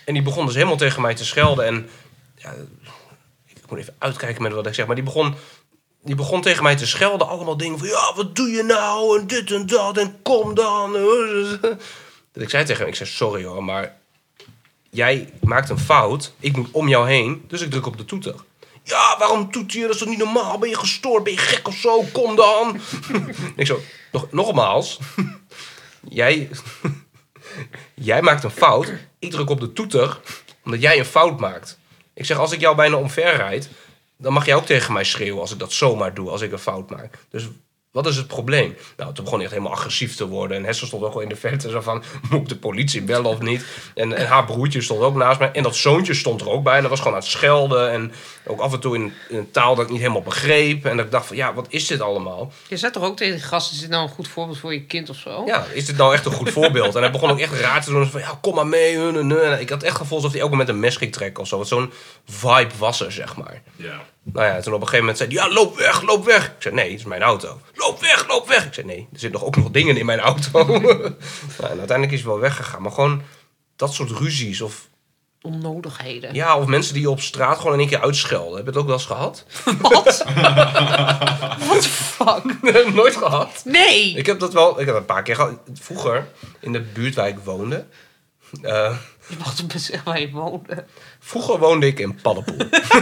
En die begon dus helemaal tegen mij te schelden. En ja, ik moet even uitkijken met wat ik zeg. Maar die begon, die begon tegen mij te schelden. Allemaal dingen van, ja, wat doe je nou? En dit en dat. En kom dan. Dat ik zei tegen hem, ik zei, sorry hoor, maar jij maakt een fout. Ik moet om jou heen. Dus ik druk op de toeter. Ja, waarom toet je? Dat is toch niet normaal? Ben je gestoord? Ben je gek of zo? Kom dan. Ik zo, nog, nogmaals. Jij, jij maakt een fout. Ik druk op de toeter omdat jij een fout maakt. Ik zeg, als ik jou bijna omver rijd, dan mag jij ook tegen mij schreeuwen als ik dat zomaar doe, als ik een fout maak. Dus wat is het probleem? Nou, toen begon hij echt helemaal agressief te worden. En Hessel stond ook al in de verte zo van, moet ik de politie bellen of niet? En, en haar broertje stond ook naast mij. En dat zoontje stond er ook bij. En dat was gewoon aan het schelden. En ook af en toe in, in een taal dat ik niet helemaal begreep. En dat ik dacht van, ja, wat is dit allemaal? Je zei toch ook tegen die gasten, is dit nou een goed voorbeeld voor je kind of zo? Ja, is dit nou echt een goed voorbeeld? En hij begon ook echt raar te doen. Van, ja, kom maar mee. Hun, hun, hun. En ik had echt het gevoel alsof hij elke moment een mes ging trekken of zo. Want zo'n vibe was er, zeg maar. Ja. Nou ja, toen op een gegeven moment zei hij, ja, loop weg, loop weg. Ik zei, nee, het is mijn auto. Loop weg, loop weg. Ik zei, nee, er zitten nog ook nog dingen in mijn auto. Nou, en uiteindelijk is hij wel weggegaan. Maar gewoon dat soort ruzies of... Onnodigheden. Ja, of mensen die je op straat gewoon in één keer uitschelden. Heb je het ook wel eens gehad? Wat? What the fuck? Nooit gehad. Nee! Ik heb dat wel, ik heb het een paar keer gehad. Vroeger, in de buurt waar ik woonde... Uh, Je mag toch best zeggen waar je woonde. Vroeger woonde ik in Paddenpoel.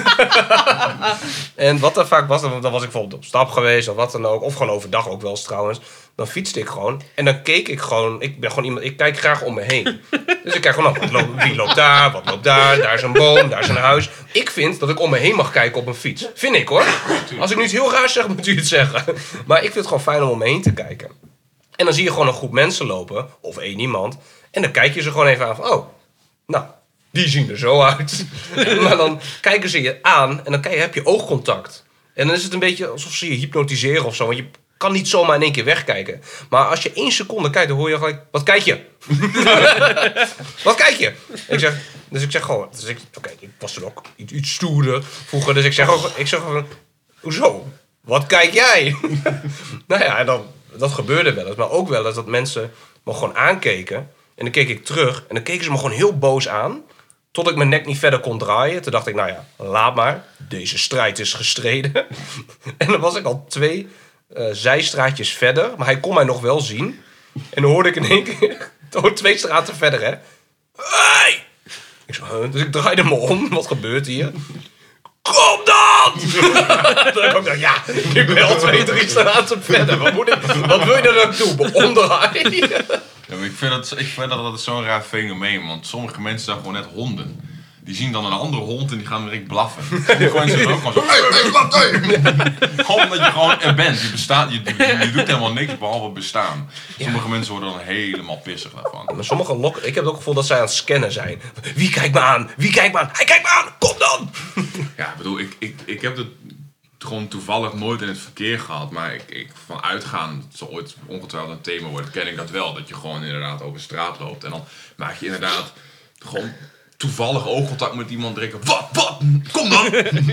En wat er vaak was, dan, dan was ik bijvoorbeeld op stap geweest of wat dan ook. Of gewoon overdag ook wel eens trouwens. Dan fietste ik gewoon. En dan keek ik gewoon. Ik ben gewoon iemand. Ik kijk graag om me heen. Dus ik kijk gewoon, wat loopt, wie loopt daar? Wat loopt daar? Daar is een boom, daar is een huis. Ik vind dat ik om me heen mag kijken op een fiets. Vind ik hoor. Als ik nu iets heel raars zeg, moet u het zeggen. Maar ik vind het gewoon fijn om om me heen te kijken. En dan zie je gewoon een groep mensen lopen. Of één iemand. En dan kijk je ze gewoon even aan van, oh, nou, die zien er zo uit. Maar dan kijken ze je aan en dan heb je oogcontact. En dan is het een beetje alsof ze je hypnotiseren of zo. Want je kan niet zomaar in één keer wegkijken. Maar als je één seconde kijkt, dan hoor je gelijk, wat kijk je? Wat kijk je? Ik zeg, dus ik zeg gewoon, dus ik, oké, okay, ik was toen ook iets, iets stoerder vroeger. Dus ik zeg ook, ik zeg gewoon, hoezo? Wat kijk jij? Nou ja, en dan, dat gebeurde wel eens. Maar ook wel eens dat mensen me gewoon aankeken. En dan keek ik terug. En dan keken ze me gewoon heel boos aan. Tot ik mijn nek niet verder kon draaien. Toen dacht ik, nou ja, laat maar. Deze strijd is gestreden. En dan was ik al twee uh, zijstraatjes verder. Maar hij kon mij nog wel zien. En dan hoorde ik in één keer... twee straten verder, hè. Hey! Ik zo, huh? Dus ik draaide me om. Wat gebeurt hier? Kom dan! Dan heb ik ook dacht, ja, ik ben al twee, drie straten verder. Wat, moet ik, wat wil je er dan toe? Me omdraaien? Ja, maar ik vind dat, ik vind dat, dat zo'n raar fenomeen, want sommige mensen zijn gewoon net honden. Die zien dan een andere hond en die gaan direct blaffen. Die mensen zijn ook gewoon zo, hey, hey, blaf, hey. Gewoon omdat je gewoon er bent. Je, bestaat, je, je, je doet helemaal niks behalve bestaan. Sommige ja. mensen worden dan helemaal pissig daarvan. Maar sommige lokken, ik heb het ook het gevoel dat zij aan het scannen zijn. Wie kijkt me aan? Wie kijkt me aan? Hij kijkt me aan! Kom dan! Ja, ik bedoel, ik, ik, ik heb het gewoon toevallig nooit in het verkeer gehad. Maar ik, ik van uitgaan, dat zal ooit ongetwijfeld een thema worden, ken ik dat wel. Dat je gewoon inderdaad over straat loopt. En dan maak je inderdaad gewoon toevallig oogcontact met iemand drinken. Wat, wat? Kom dan!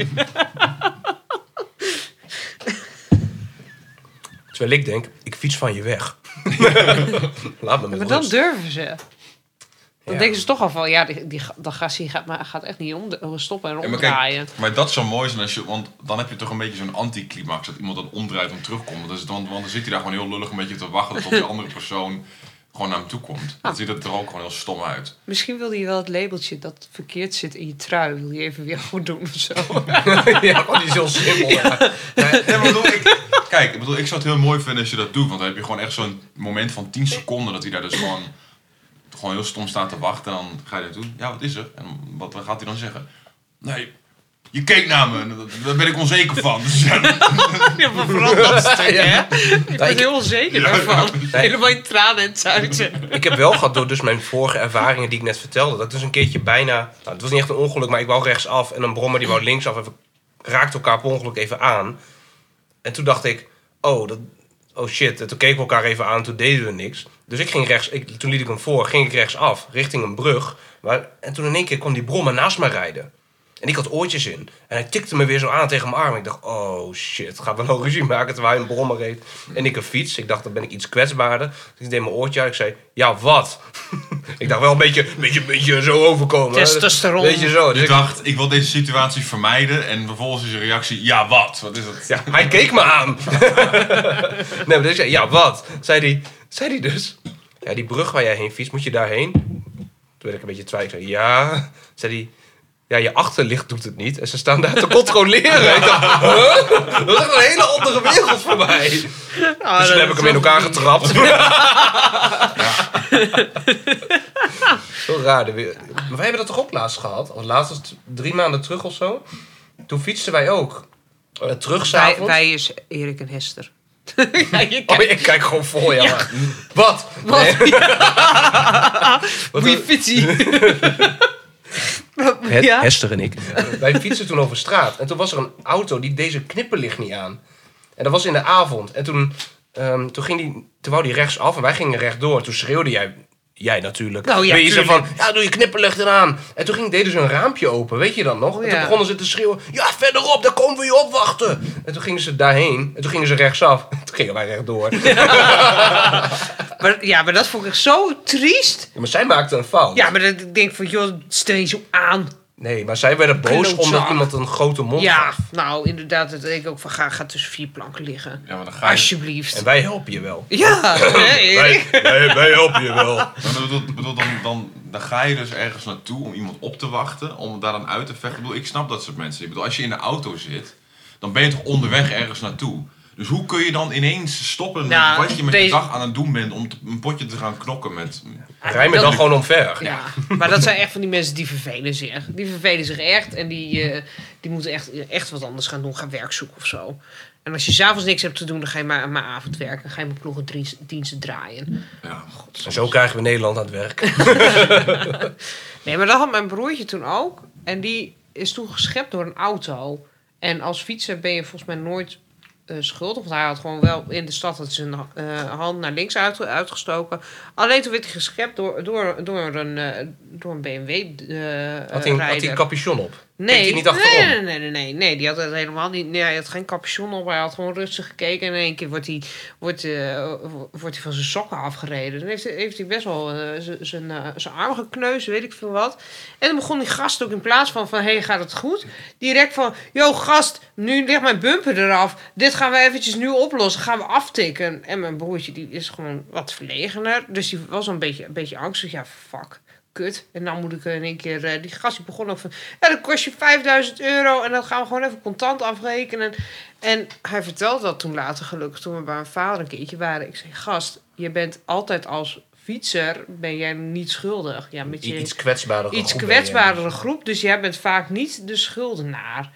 Terwijl ik denk, ik fiets van je weg. Laat me met Maar dan rust. durven ze. Dan Ja. denken ze toch al van, ja, die, die, dat gassie gaat, maar gaat echt niet om, stoppen en Ja, maar, omdraaien. kijk, maar dat zou mooi zijn als je, want dan heb je toch een beetje zo'n anticlimax dat iemand dan omdraait en terugkomt. Dus dan, want dan zit hij daar gewoon heel lullig een beetje te wachten tot die andere persoon gewoon naar hem toe komt. Dan ziet het er ook gewoon heel stom uit. Misschien wilde je wel het labeltje dat verkeerd zit in je trui. Wil je even weer goed doen of zo. Ja, gewoon die is heel simpel. Ja. Nee, nee, maar bedoel, ik, kijk, ik, bedoel, ik zou het heel mooi vinden als je dat doet. Want dan heb je gewoon echt zo'n moment van tien seconden dat hij daar dus gewoon, gewoon heel stom staat te wachten. En dan ga je naartoe. Ja, wat is er? En wat gaat hij dan zeggen? Nee, je keek naar me. En daar ben ik onzeker van. Dus ja. Ja, maar vooral dat stuk, hè? Ik ben ik- heel onzeker daarvan. Helemaal in tranen en zuizen. Ik heb wel gehad door dus mijn vorige ervaringen die ik net vertelde. Dat ik dus een keertje bijna... Nou, het was niet echt een ongeluk, maar ik wou rechtsaf. En een brommer die wou linksaf. En we raakten elkaar per ongeluk even aan. En toen dacht ik... Oh, dat, oh shit. En toen keken we elkaar even aan. Toen deden we niks. Dus ik ging rechts... Ik, toen liet ik hem voor. Ging ik rechtsaf. Richting een brug. Maar, en toen in één keer kwam die brommer naast me rijden. En ik had oortjes in. En hij tikte me weer zo aan tegen mijn arm. Ik dacht, oh shit, gaat wel een ruzie maken terwijl hij een brommer reed. En ik een fiets. Ik dacht, dan ben ik iets kwetsbaarder. Dus ik deed mijn oortje uit. Ik zei, ja, wat? Ik dacht wel een beetje, een beetje, een beetje zo overkomen. Testosteron. Beetje zo. Dus Je ik dacht, ik wil deze situatie vermijden. En vervolgens is je reactie, ja wat? Wat is dat? Ja, hij keek me aan. Nee, maar dus ik zei, ja, wat? Zei hij, zei hij dus. Ja, die brug waar jij heen fietst, moet je daarheen? Toen werd ik een beetje twijfel. Ik zei, ja. Zei hij, ja, je achterlicht doet het niet. En ze staan daar te controleren. Ik dacht, huh? Dat is echt een hele andere wereld voor mij. Oh, Dus toen heb ik hem in elkaar getrapt. Zo raar. De wereld. Maar wij hebben dat toch ook laatst gehad? Of laatst was het drie maanden terug of zo. Toen fietsten wij ook. Uh, terug Wij, s'avonds. wij is Erik en Hester. Ja, je Oh, kijkt- ik kijk gewoon voor, ja. Ja. Maar. Wat? Wat? Nee. Wat Wie een- fietsie? Het, Ja? Hester en ik. Wij fietsen toen over straat. En toen was er een auto die deze knipperlicht niet aan. En dat was in de avond. En toen, um, toen, ging die, toen wou die rechtsaf en wij gingen rechtdoor. Toen schreeuwde jij, jij natuurlijk. Oh ja, Weet je zo tuurlijk. van, ja, doe je knipperlicht eraan. En toen ging, deden ze een raampje open, weet je dat nog? Oh En toen ja. begonnen ze te schreeuwen, ja, verderop, daar komen we je opwachten. En toen gingen ze daarheen. En toen gingen ze rechtsaf. Toen gingen wij rechtdoor. Ja. Maar, ja, maar dat vond ik zo triest. Maar zij maakte een fout. Ja, maar dat ik denk van, joh, stel je zo aan. Nee, maar zij werden boos Klootzak. omdat iemand een grote mond Ja, gaf. nou, inderdaad, dat denk ik ook van, ga, ga tussen vier planken liggen. Ja, maar dan ga je... Alsjeblieft. En wij helpen je wel. Ja, hè, Erik? Wij, wij, wij helpen je wel. Maar bedoel, bedoel, dan, dan, dan ga je dus ergens naartoe om iemand op te wachten, om daar dan uit te vechten. Ik bedoel, ik snap dat soort mensen. Ik bedoel, als je in de auto zit, dan ben je toch onderweg ergens naartoe. Dus hoe kun je dan ineens stoppen met Nou, wat je met je deze- dag aan het doen bent om te- een potje te gaan knokken met... Rij me Dat- dan gewoon omver. Ja, maar dat zijn echt van die mensen die vervelen zich. Die vervelen zich echt en die, eh, die moeten echt, echt wat anders gaan doen. Gaan werk zoeken of zo. En als je s'avonds niks hebt te doen, dan ga je maar, maar avondwerken. Dan ga je maar ploegendiensten draaien. Ja, En zo krijgen we Nederland aan het werk. Nee, maar dat had mijn broertje toen ook. En die is toen geschept door een auto. En als fietser ben je volgens mij nooit uh, schuldig. Want hij had gewoon wel in de stad had zijn uh, hand naar links uit, uitgestoken. Alleen toen werd hij geschept door, door, door, een, uh, door een B M W uh, Had hij, had hij een capuchon op? Keek hij niet achterom? Nee, nee, nee, nee, nee, nee. Die had het helemaal niet. Nee, hij had geen capuchon op. Hij had gewoon rustig gekeken. En in één keer wordt hij, wordt, uh, wordt hij van zijn sokken afgereden. Dan heeft, heeft hij best wel uh, zijn uh, zijn arm gekneusd, weet ik veel wat. En dan begon die gast ook in plaats van van, hé, hey, gaat het goed? Direct van, yo, gast, nu ligt mijn bumper eraf. Dit gaan we eventjes nu oplossen. Gaan we aftikken. En mijn broertje, die is gewoon wat verlegener. Dus die was een beetje, een beetje angstig. Ja, fuck. Kut. En dan moet ik in één keer... Uh, die gast die begon ook van... Ja, dat kost je vijfduizend euro. En dat gaan we gewoon even contant afrekenen. En hij vertelde dat toen later gelukkig... toen we bij mijn vader een keertje waren. Ik zei, gast, je bent altijd als fietser... ben jij niet schuldig. Ja, met je Iets kwetsbaardere iets groep. kwetsbaardere groep. Dus jij bent vaak niet de schuldenaar.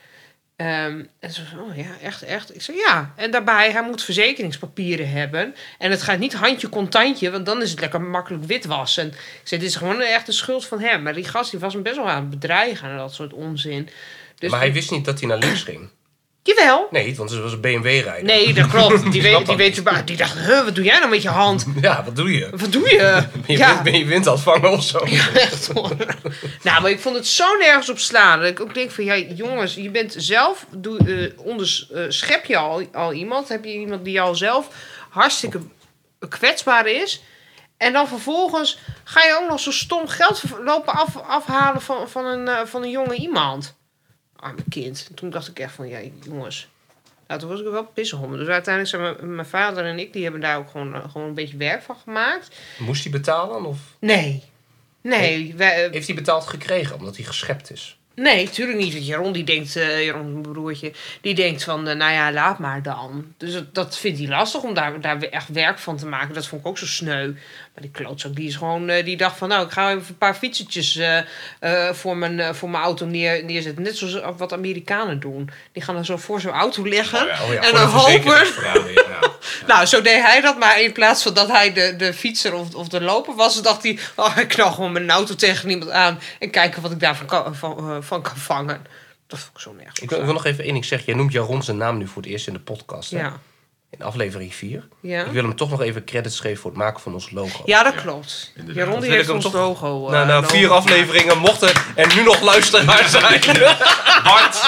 Um, en ze zei, oh ja, echt, echt. Ik zei, ja. En daarbij, hij moet verzekeringspapieren hebben. En het gaat niet handje contantje, want dan is het lekker makkelijk witwassen. Ik zei, dit is gewoon echt de schuld van hem. Maar die gast die was hem best wel aan het bedreigen en dat soort onzin. Dus Maar hij wist niet dat hij naar links ging. Jawel. Nee, want het was een B M W-rijder. Nee, dat klopt. Die, Snap weet, die, dat. weet, erbij. Die dacht, huh, wat doe jij nou met je hand? Ja, wat doe je? Wat doe je? Ben je, Ja. ben je wind aan het vangen of zo? Ja, echt hoor. Nou, maar ik vond het zo nergens op slaan. Dat ik ook denk van, ja, jongens, je bent zelf... Doe, uh, onders, uh, schep je al, al iemand? Heb je iemand die al zelf hartstikke kwetsbaar is? En dan vervolgens ga je ook nog zo stom geld lopen af, afhalen van, van, een, uh, van een jonge iemand. Arme kind. Toen dacht ik echt van, ja, jongens... Nou, toen was ik er wel pissig om. Dus uiteindelijk zijn mijn, mijn vader en ik... die hebben daar ook gewoon, uh, gewoon een beetje werk van gemaakt. Moest hij betalen? Of Nee. Nee. Wij, uh, heeft hij betaald gekregen omdat hij geschept is? Nee, tuurlijk niet. Want Jaron, die denkt, uh, Jaron, mijn broertje, die denkt van, uh, nou ja, laat maar dan. Dus dat, dat vindt hij lastig om daar, daar echt werk van te maken. Dat vond ik ook zo sneu. Maar die klootzak, die is gewoon, uh, die dacht van, nou, ik ga even een paar fietsertjes uh, uh, voor, mijn, uh, voor mijn auto neer, neerzetten. Net zoals wat Amerikanen doen. Die gaan dan zo voor zo'n auto liggen. Oh ja, oh ja, en voor dan de hopen. verzekeringsverhaal, ja, ja. Nou, zo deed hij dat, maar in plaats van dat hij de, de fietser of, of de loper was, dacht hij, oh, ik knal gewoon mijn auto tegen iemand aan en kijken wat ik daarvan kan, van, uh, van kan vangen. Dat vond ik zo nergens. Ik wil, ik wil nog even één ding zeggen. Jij noemt Jaron zijn naam nu voor het eerst in de podcast. Hè? Ja. in aflevering vier. Ja. Ik wil hem toch nog even credits geven voor het maken van ons logo. Ja, dat Ja, klopt. inderdaad. Jaron Dat die wil heeft ik hem ons toch- logo. Uh, Nou, na logo vier gemaakt. afleveringen mochten er nu nog luisteraars zijn. Bart!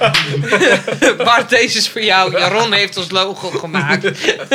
Bart, deze is voor jou. Jaron heeft ons logo gemaakt.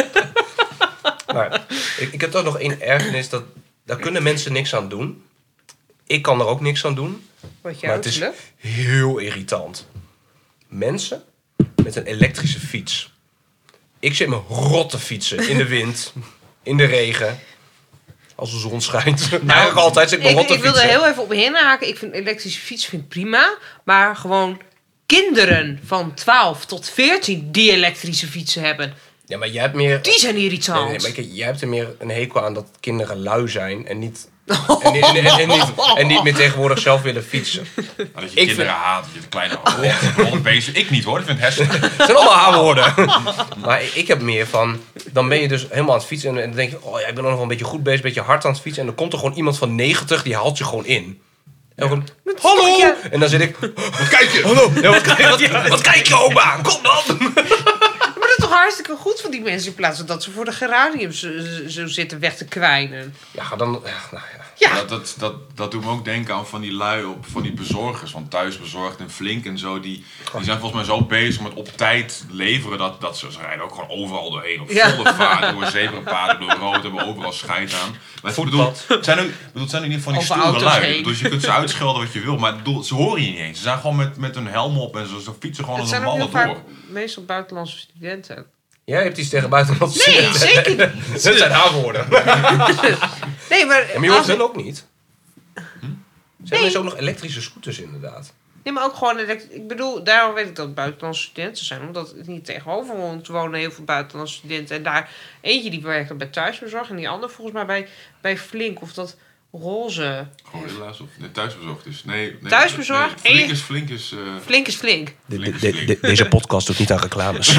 Maar ik, ik heb toch nog één ergernis. Dat, daar kunnen mensen niks aan doen. Ik kan er ook niks aan doen. Wat Maar jou het is lukt. heel irritant. Mensen met een elektrische fiets. Ik zit me rot te fietsen in de wind, in de regen. Als de zon schijnt. Nou, Eigenlijk altijd zit ik me Ik, rot te ik wil er fietsen. heel even op inhaken. Ik vind elektrische fiets vind ik prima. Maar gewoon kinderen van twaalf tot veertien die elektrische fietsen hebben. Ja, maar jij hebt meer... Die zijn Nee, irritant. nee, maar kijk, jij hebt er meer een hekel aan dat kinderen lui zijn en niet... En, niet- en, en, en niet, en niet meer tegenwoordig zelf willen fietsen. Nou, dat je Ik kinderen vind- haat, dat je de kleine rollenbeesten. Ik niet hoor, ik vind het hersen. Het zijn allemaal haarwoorden. Maar ik heb meer van... Dan ben je dus helemaal aan het fietsen en dan denk je... Oh ja, ik ben ook nog wel een beetje goed bezig, een beetje hard aan het fietsen. En dan komt er gewoon iemand van negentig, die haalt je gewoon in. En dan gewoon, hallo! Ja. En dan zit ik... Wat kijk je? Hallo! Ja, wat, kijk- wat, wat kijk je, oma? Kom dan! Maar dat is toch hartstikke goed van die mensen... in plaats van dat ze voor de geraniums zo, zo zitten weg te kwijnen. Ja, dan... Ja, nou ja. Ja, Dat, dat, dat, dat doet me ook denken aan van die lui op van die bezorgers. Want Thuisbezorgd en Flink en zo, die, die zijn volgens mij zo bezig met op tijd leveren dat, dat ze, ze rijden ook gewoon overal doorheen. Op Ja. volle vaart, door zebrapaden, door rood, hebben overal scheid aan. Maar ik bedoel, het zijn ook, ik bedoel, het zijn ook niet van die Over stoere auto's lui. heen. Dus je kunt ze uitschelden wat je wil, maar ik bedoel, ze horen je niet eens. Ze zijn gewoon met, met hun helm op en ze, ze fietsen gewoon het als een zijn ook malle heel door. vaak meestal buitenlandse studenten. Jij hebt iets tegen buitenlandse Nee, studenten. zeker niet. Dat zijn haarwoorden. Nee, maar... Ja, maar je hoort als- hun ook niet. Ze hebben Nee. dus ook nog elektrische scooters inderdaad. Nee, maar ook gewoon... elekt- Ik bedoel, daarom weet ik dat het buitenlandse studenten zijn. Omdat het niet tegenover ons wonen heel veel buitenlandse studenten. En daar eentje die werkt bij Thuisbezorgd. En die andere volgens mij bij, bij Flink. Of dat roze... Gorilla's of nee, Thuisbezorgd is. Nee, nee, Thuisbezorgd? Nee, flink En- is flink is. eh, Flink is flink. De- Flink de- is de- flink. de- deze podcast doet niet aan reclames.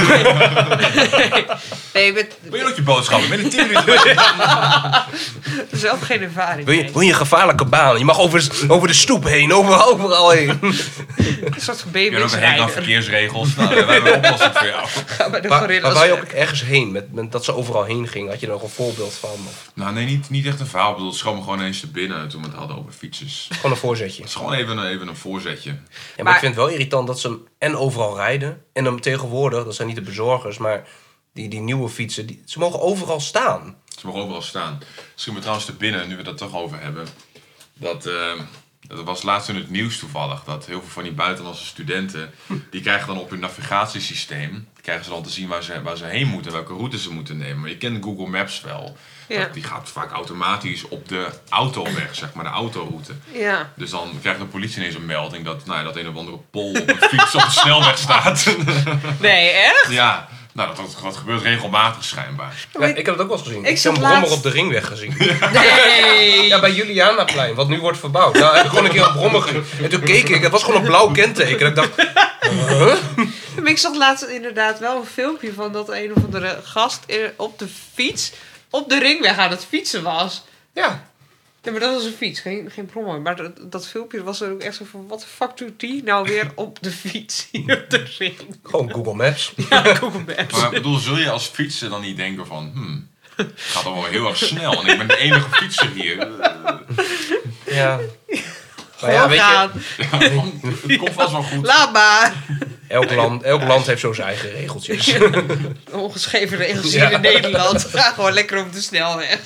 Nee, met Wil je ook je boodschappen? Binnen tien minuten. zelf geen ervaring Wil je, mee. wil je een gevaarlijke baan? Je mag over, over de stoep heen, overal, overal heen. Een soort van Je hebt ook een hekel aan B M X-rijder. verkeersregels. Nou, wij hebben een oplossing voor jou. Ga bij de Maar, gorilla's maar waar je ook weg. ergens heen, met, met dat ze overal heen gingen, had je er nog een voorbeeld van? Of Nou, nee, niet, niet echt een verhaal. Ik bedoel, het schoot me gewoon eens te binnen toen we het hadden over fietsers. gewoon een voorzetje. Het is gewoon even een, even een voorzetje. Ja, maar, Maar- ik vind het wel irritant dat ze hem en overal rijden. En hem tegenwoordig, dat zijn niet de bezorgers, maar die, die nieuwe fietsen, die, ze mogen overal staan. Ze mogen overal staan. Schiet me trouwens te binnen, nu we dat toch over hebben. Dat, eh, dat was laatst in het nieuws toevallig. Dat heel veel van die buitenlandse studenten, die krijgen dan op hun navigatiesysteem, krijgen ze dan te zien waar ze, waar ze heen moeten, welke route ze moeten nemen. Maar je kent Google Maps wel. Ja. Dat, die gaat vaak automatisch op de autoweg, zeg maar, de autoroute. Ja. Dus dan krijgt de politie ineens een melding dat, nou ja, dat een of andere pol op een fiets op de snelweg staat. Nee, echt? Ja, nou dat, dat, dat gebeurt regelmatig schijnbaar. Ja, ik heb het ook wel eens gezien. Ik Ik heb een zat brommer laatst- op de ringweg gezien. Nee. Ja, bij Julianaplein, wat nu wordt verbouwd. Nou, heb ik gewoon een keer een brommer gezien. En toen keek ik, het was gewoon een blauw kenteken. En ik dacht, Maar ik zag laatst inderdaad wel een filmpje van dat een of andere gast in- op de fiets op de ringweg aan het fietsen was. ja, Nee, maar dat was een fiets, geen, geen promo. Maar dat, dat filmpje was er ook echt zo van... Wat de fuck doet die nou weer op de fiets hier op de ring? gewoon Google Maps. Ja, Google Maps. Maar ik bedoel, zul je als fietser dan niet denken van, hmm, het gaat al wel heel erg snel en ik ben de enige fietser hier. Eh, Ja. Maar ja, weet je, gaan. Het komt vast wel goed. Laat maar. elk land, elk land heeft zo zijn eigen regeltjes. Ongeschreven regels Ja. hier in Nederland. Ga gewoon lekker op de snelweg.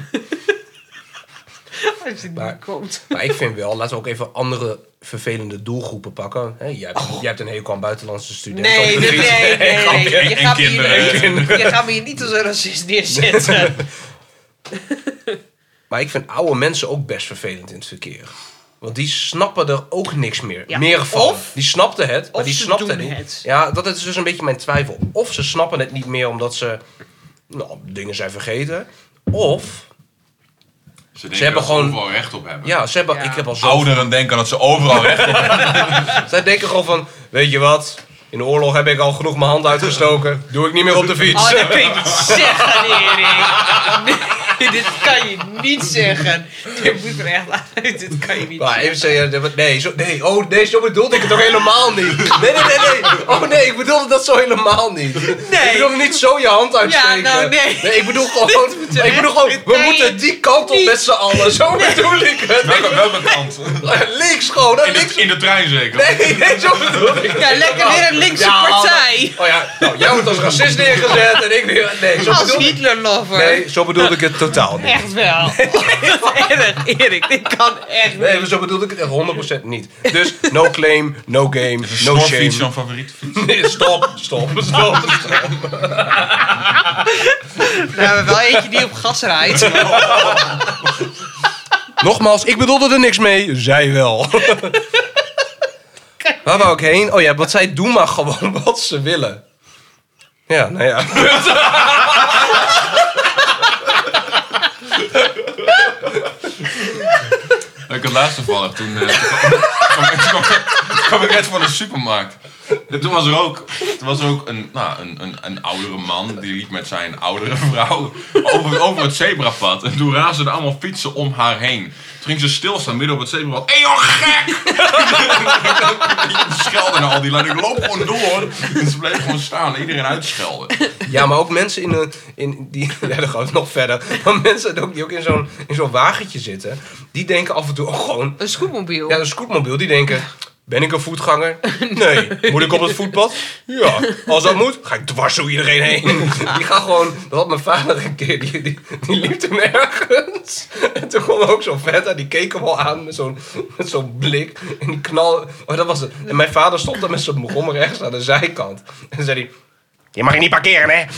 Als je Maar- niet komt. Maar ik vind wel, laten we ook even andere vervelende doelgroepen pakken. Hè, jij, hebt, jij hebt een hekel aan buitenlandse studenten. Nee, op nee, de nee, fiets. nee, nee. grapje. Je En gaat me kinderen. hier, je gaat me hier niet als een racist neerzetten. Maar ik vind oude mensen ook best vervelend in het verkeer. Want die snappen er ook niks meer, Ja, meer van. of- die snapten het, maar of die ze snapten doen het niet. het. Ja, dat is dus een beetje mijn twijfel. Of ze snappen het niet meer omdat ze nou, dingen zijn vergeten. Of, Ze, denken hebben dat gewoon- ze overal recht op hebben. ja, ze hebben, Ja. ik heb al zo... Ouderen denken dat ze overal recht op hebben. Zij denken gewoon van, weet je wat... In de oorlog heb ik al genoeg mijn hand uitgestoken. Doe ik niet meer op de fiets. Oh, dat kun je niet zeggen, Erik. Dit kan je niet zeggen. Dit moet er echt uit. Dit kan je niet Maar zeggen. even zeggen, nee, zo, nee, oh nee, zo bedoelde ik het toch helemaal niet. Nee, nee, nee, nee. Oh nee, ik bedoelde dat zo helemaal niet. Nee. Ik bedoelde niet zo je hand uitsteken. Ja, nou, nee. Nee, ik bedoel gewoon, moet er ik bedoel echt- gewoon, dit we kan je moeten die kant op niet. met z'n allen. Zo bedoel ik het. Welke, welke kant? Links gewoon, hè, In de, links. in de trein zeker? Nee, nee, zo bedoel ik het. Ja, lekker weer een linkse Ja, partij. Oh ja, nou, jij wordt als racist neergezet en ik weer, nee, zo Als bedoel ik Hitler-lover. Nee, zo bedoelde ik het totaal niet. Echt wel. Erg, Erik. Dit kan echt niet. Nee, maar zo bedoelde ik het echt honderd procent niet. Dus no claim, no game, no Snorfiets, shame. jouw favoriete fiets? Nee, stop, stop, stop, stop. Nou, we hebben wel eentje die op gas rijdt. Nogmaals, ik bedoelde er niks mee. Zij wel. Waar wou ik heen? Oh ja, wat zij doen mag gewoon wat ze willen. Ja, nou ja. Ik had laatst toevallig, toen, uh, toen kwam, toen kwam, toen kwam ik net van de supermarkt. En toen was er ook, toen was er ook een, nou, een, een, een oudere man, die liep met zijn oudere vrouw over, over het zebrapad. En toen raasden er allemaal fietsen om haar heen. Toen ging ze stilstaan midden op het zebrapad. Hé joh, gek! Ze schelden naar al die lui. Ik loop gewoon door. En ze bleef gewoon staan en iedereen uitschelden. Ja, maar ook mensen in, een, in die... Ja, dan gaan we nog verder. Maar mensen ook, die ook in zo'n, in zo'n wagentje zitten... die denken af en toe ook gewoon... Een scootmobiel. Ja, een scootmobiel. Die denken... Ben ik een voetganger? Nee. Moet ik op het voetpad? Ja. Als dat moet, ga ik dwars door iedereen heen. Die gaan gewoon... Dat had mijn vader een keer. Die, die, die liep toen ergens. En toen kwam ook zo'n vet. En die keek hem al aan met zo'n, met zo'n blik. En die knal... Oh, dat was het. En mijn vader stond daar met zijn brommer rechts aan de zijkant. En toen zei hij... Je mag je niet parkeren, hè?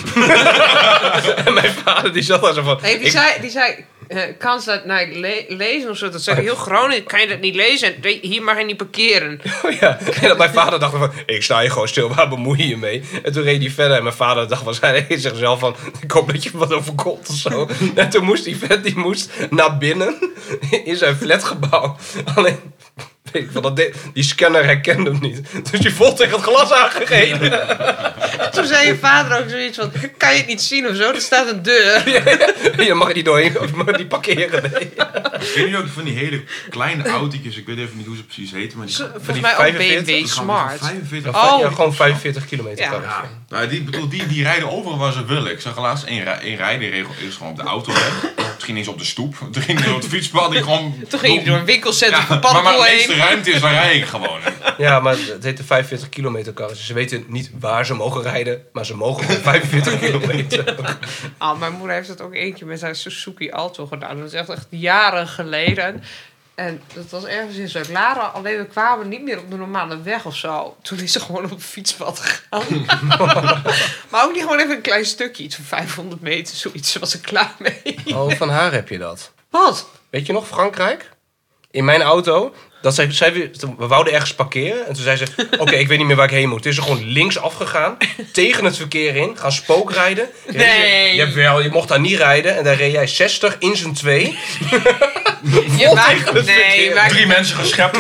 En mijn vader die zat daar zo van... Nee, die ik- zei... Die zei uh, kan ze dat nou le- lezen of zo? Dat zei hij heel Groningen. Kan je dat niet lezen? Nee, hier mag je niet parkeren. Oh ja, en dat mijn vader dacht van, ik sta hier gewoon stil, waar bemoei je je mee? En toen reed hij verder en mijn vader dacht waarschijnlijk in zichzelf van, ik hoop dat je wat overkomt of zo. En toen moest die vet, die moest naar binnen in zijn flatgebouw. Alleen, weet ik van, dat de- die scanner herkende hem niet. Dus die vol tegen het glas aangegeven. Toen zei je vader ook zoiets van... Kan je het niet zien of zo? Er staat een deur. Je mag er niet doorheen, of je mag er niet parkeren. Nee. Ken je ook van die hele kleine autootjes? Ik weet even niet hoe ze precies heten, maar die gaan- Volgens die mij ook B M vijfenveertig? W die gaan Smart. van vijfenveertig. Oh. Ja, gewoon vijfenveertig kilometer Ja. per uur. Ja, nou, die, bedoel, die, die rijden overal waar ze willen. Ik zag er laatst één, rij- één rijden, die regel is gewoon op de autoweg. Misschien eens op de stoep. Toen ging hij op het fietspad. Die gewoon, Toen ging je door een winkelcentrum ja, van maar waar Paddenpoel de meeste heen. ruimte is, daar rij ik gewoon. Ja, maar het heet de vijfenveertig kilometer kar. Dus ze weten niet waar ze mogen rijden, maar ze mogen gewoon vijfenveertig kilometer. Oh, mijn moeder heeft dat ook eentje met haar Suzuki Alto gedaan. Dat is echt, echt jaren geleden. En dat was ergens in Zuid-Laren. Alleen we kwamen niet meer op de normale weg of zo. Toen is ze gewoon op het fietspad gegaan. Maar ook niet gewoon even een klein stukje. Iets van vijfhonderd meter, zoiets. Ze was er klaar mee. Oh, van haar heb je dat. Wat? Weet je nog, Frankrijk? In mijn auto, dat zij, zij, we wouden ergens parkeren. En toen zei ze, oké, ik weet niet meer waar ik heen moet. Toen is ze gewoon links afgegaan, tegen het verkeer in, gaan spookrijden. Nee. Jawel, je mocht daar niet rijden. En daar reed jij zestig in zijn twee. Je maakt, tegen het nee, verkeer. je maakt, Drie mensen geschept.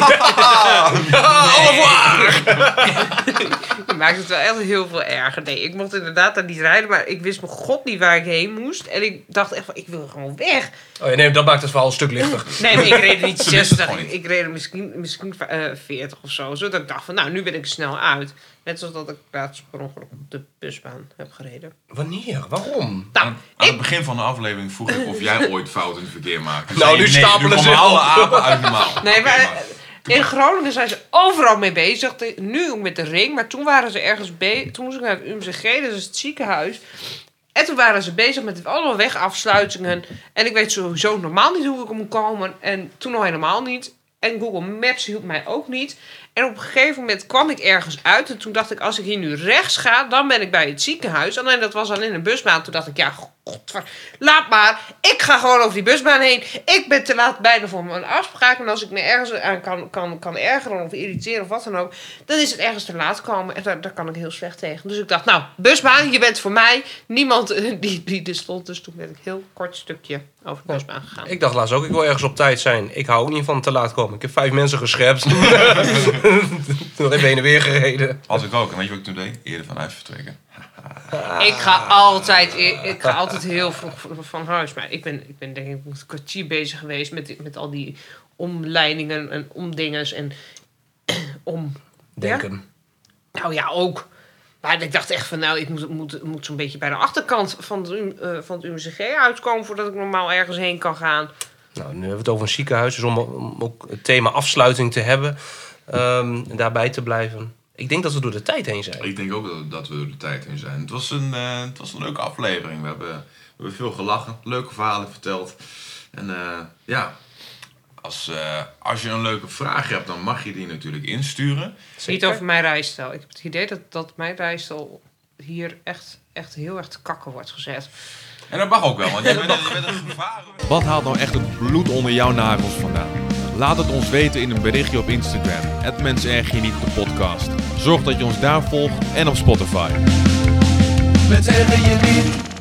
je maakt het wel echt heel veel erger. Nee, ik mocht inderdaad daar niet rijden. Maar ik wist mijn god niet waar ik heen moest. En ik dacht echt van, ik wil gewoon weg. Oh ja, nee, dat maakt het verhaal een stuk lichter. Nee, maar ik reed er niet Ze wisten het zestig. gewoon niet. Ik reed er misschien, misschien uh, veertig of zo. Zodat ik dacht van, nou, nu ben ik er snel uit. Net zoals dat ik laatst per ongeluk op de busbaan heb gereden. Wanneer? Waarom? Nou, Aan, aan het begin van de aflevering vroeg ik of jij ooit fout in het verkeer maakte. Nou, nu nee, stapelen nu ze komen alle op. apen uit de mouw. Nee, Oké, maar in Groningen zijn ze overal mee bezig. De- Nu ook met de ring. Maar toen waren ze ergens bezig. Toen moest ik naar het U M C G, dat is het ziekenhuis. En toen waren ze bezig met allemaal wegafsluitingen. En ik weet sowieso normaal niet hoe ik er moet komen. En toen nog helemaal niet. En Google Maps hielp mij ook niet. En op een gegeven moment kwam ik ergens uit. En toen dacht ik, als ik hier nu rechts ga, dan ben ik bij het ziekenhuis. Alleen dat was dan in een busbaan. Toen dacht ik, ja, godver, laat maar. Ik ga gewoon over die busbaan heen. Ik ben te laat bijna voor mijn afspraak. En als ik me ergens aan kan, kan, kan ergeren of irriteren of wat dan ook, dan is het ergens te laat komen. En daar, daar kan ik heel slecht tegen. Dus ik dacht, nou, busbaan, je bent voor mij. Niemand eh, die, die er stond. Dus toen ben ik heel kort stukje over de busbaan gegaan. Ik dacht laatst ook, ik wil ergens op tijd zijn. Ik hou ook niet van te laat komen. Ik heb vijf mensen geschept. Toen nog even heen en weer gereden. Had ik ook. En weet je wat ik toen deed? Eerder van huis vertrekken. Ik ga altijd, ik, ik ga altijd heel vroeg van, van huis. Maar ik ben, ik ben denk ik een kwartier bezig geweest met, met al die omleidingen en omdingers en om... Denken. Ja? Nou ja, ook. Maar ik dacht echt van, nou, ik moet, moet, moet zo'n beetje bij de achterkant van het, uh, van het U M C G uitkomen voordat ik normaal ergens heen kan gaan. Nou, nu hebben we het over een ziekenhuis, dus om, om ook het thema afsluiting te hebben um, en daarbij te blijven. Ik denk dat we door de tijd heen zijn. Ik denk ook dat, dat we door de tijd heen zijn. Het was een, uh, het was een leuke aflevering. We hebben, we hebben veel gelachen, leuke verhalen verteld. En uh, ja, als, uh, als je een leuke vraag hebt, dan mag je die natuurlijk insturen. Zeker. Niet over mijn rijstijl. Ik heb het idee dat, dat mijn rijstijl hier echt, echt heel erg te kakken wordt gezet. En dat mag ook wel, want jij bent, je bent een gevaar. Wat haalt nou echt het bloed onder jouw nagels vandaan? Laat het ons weten in een berichtje op Instagram. Het Mensen Erg Je Niet de podcast. Zorg dat je ons daar volgt en op Spotify. Mensen erger je niet.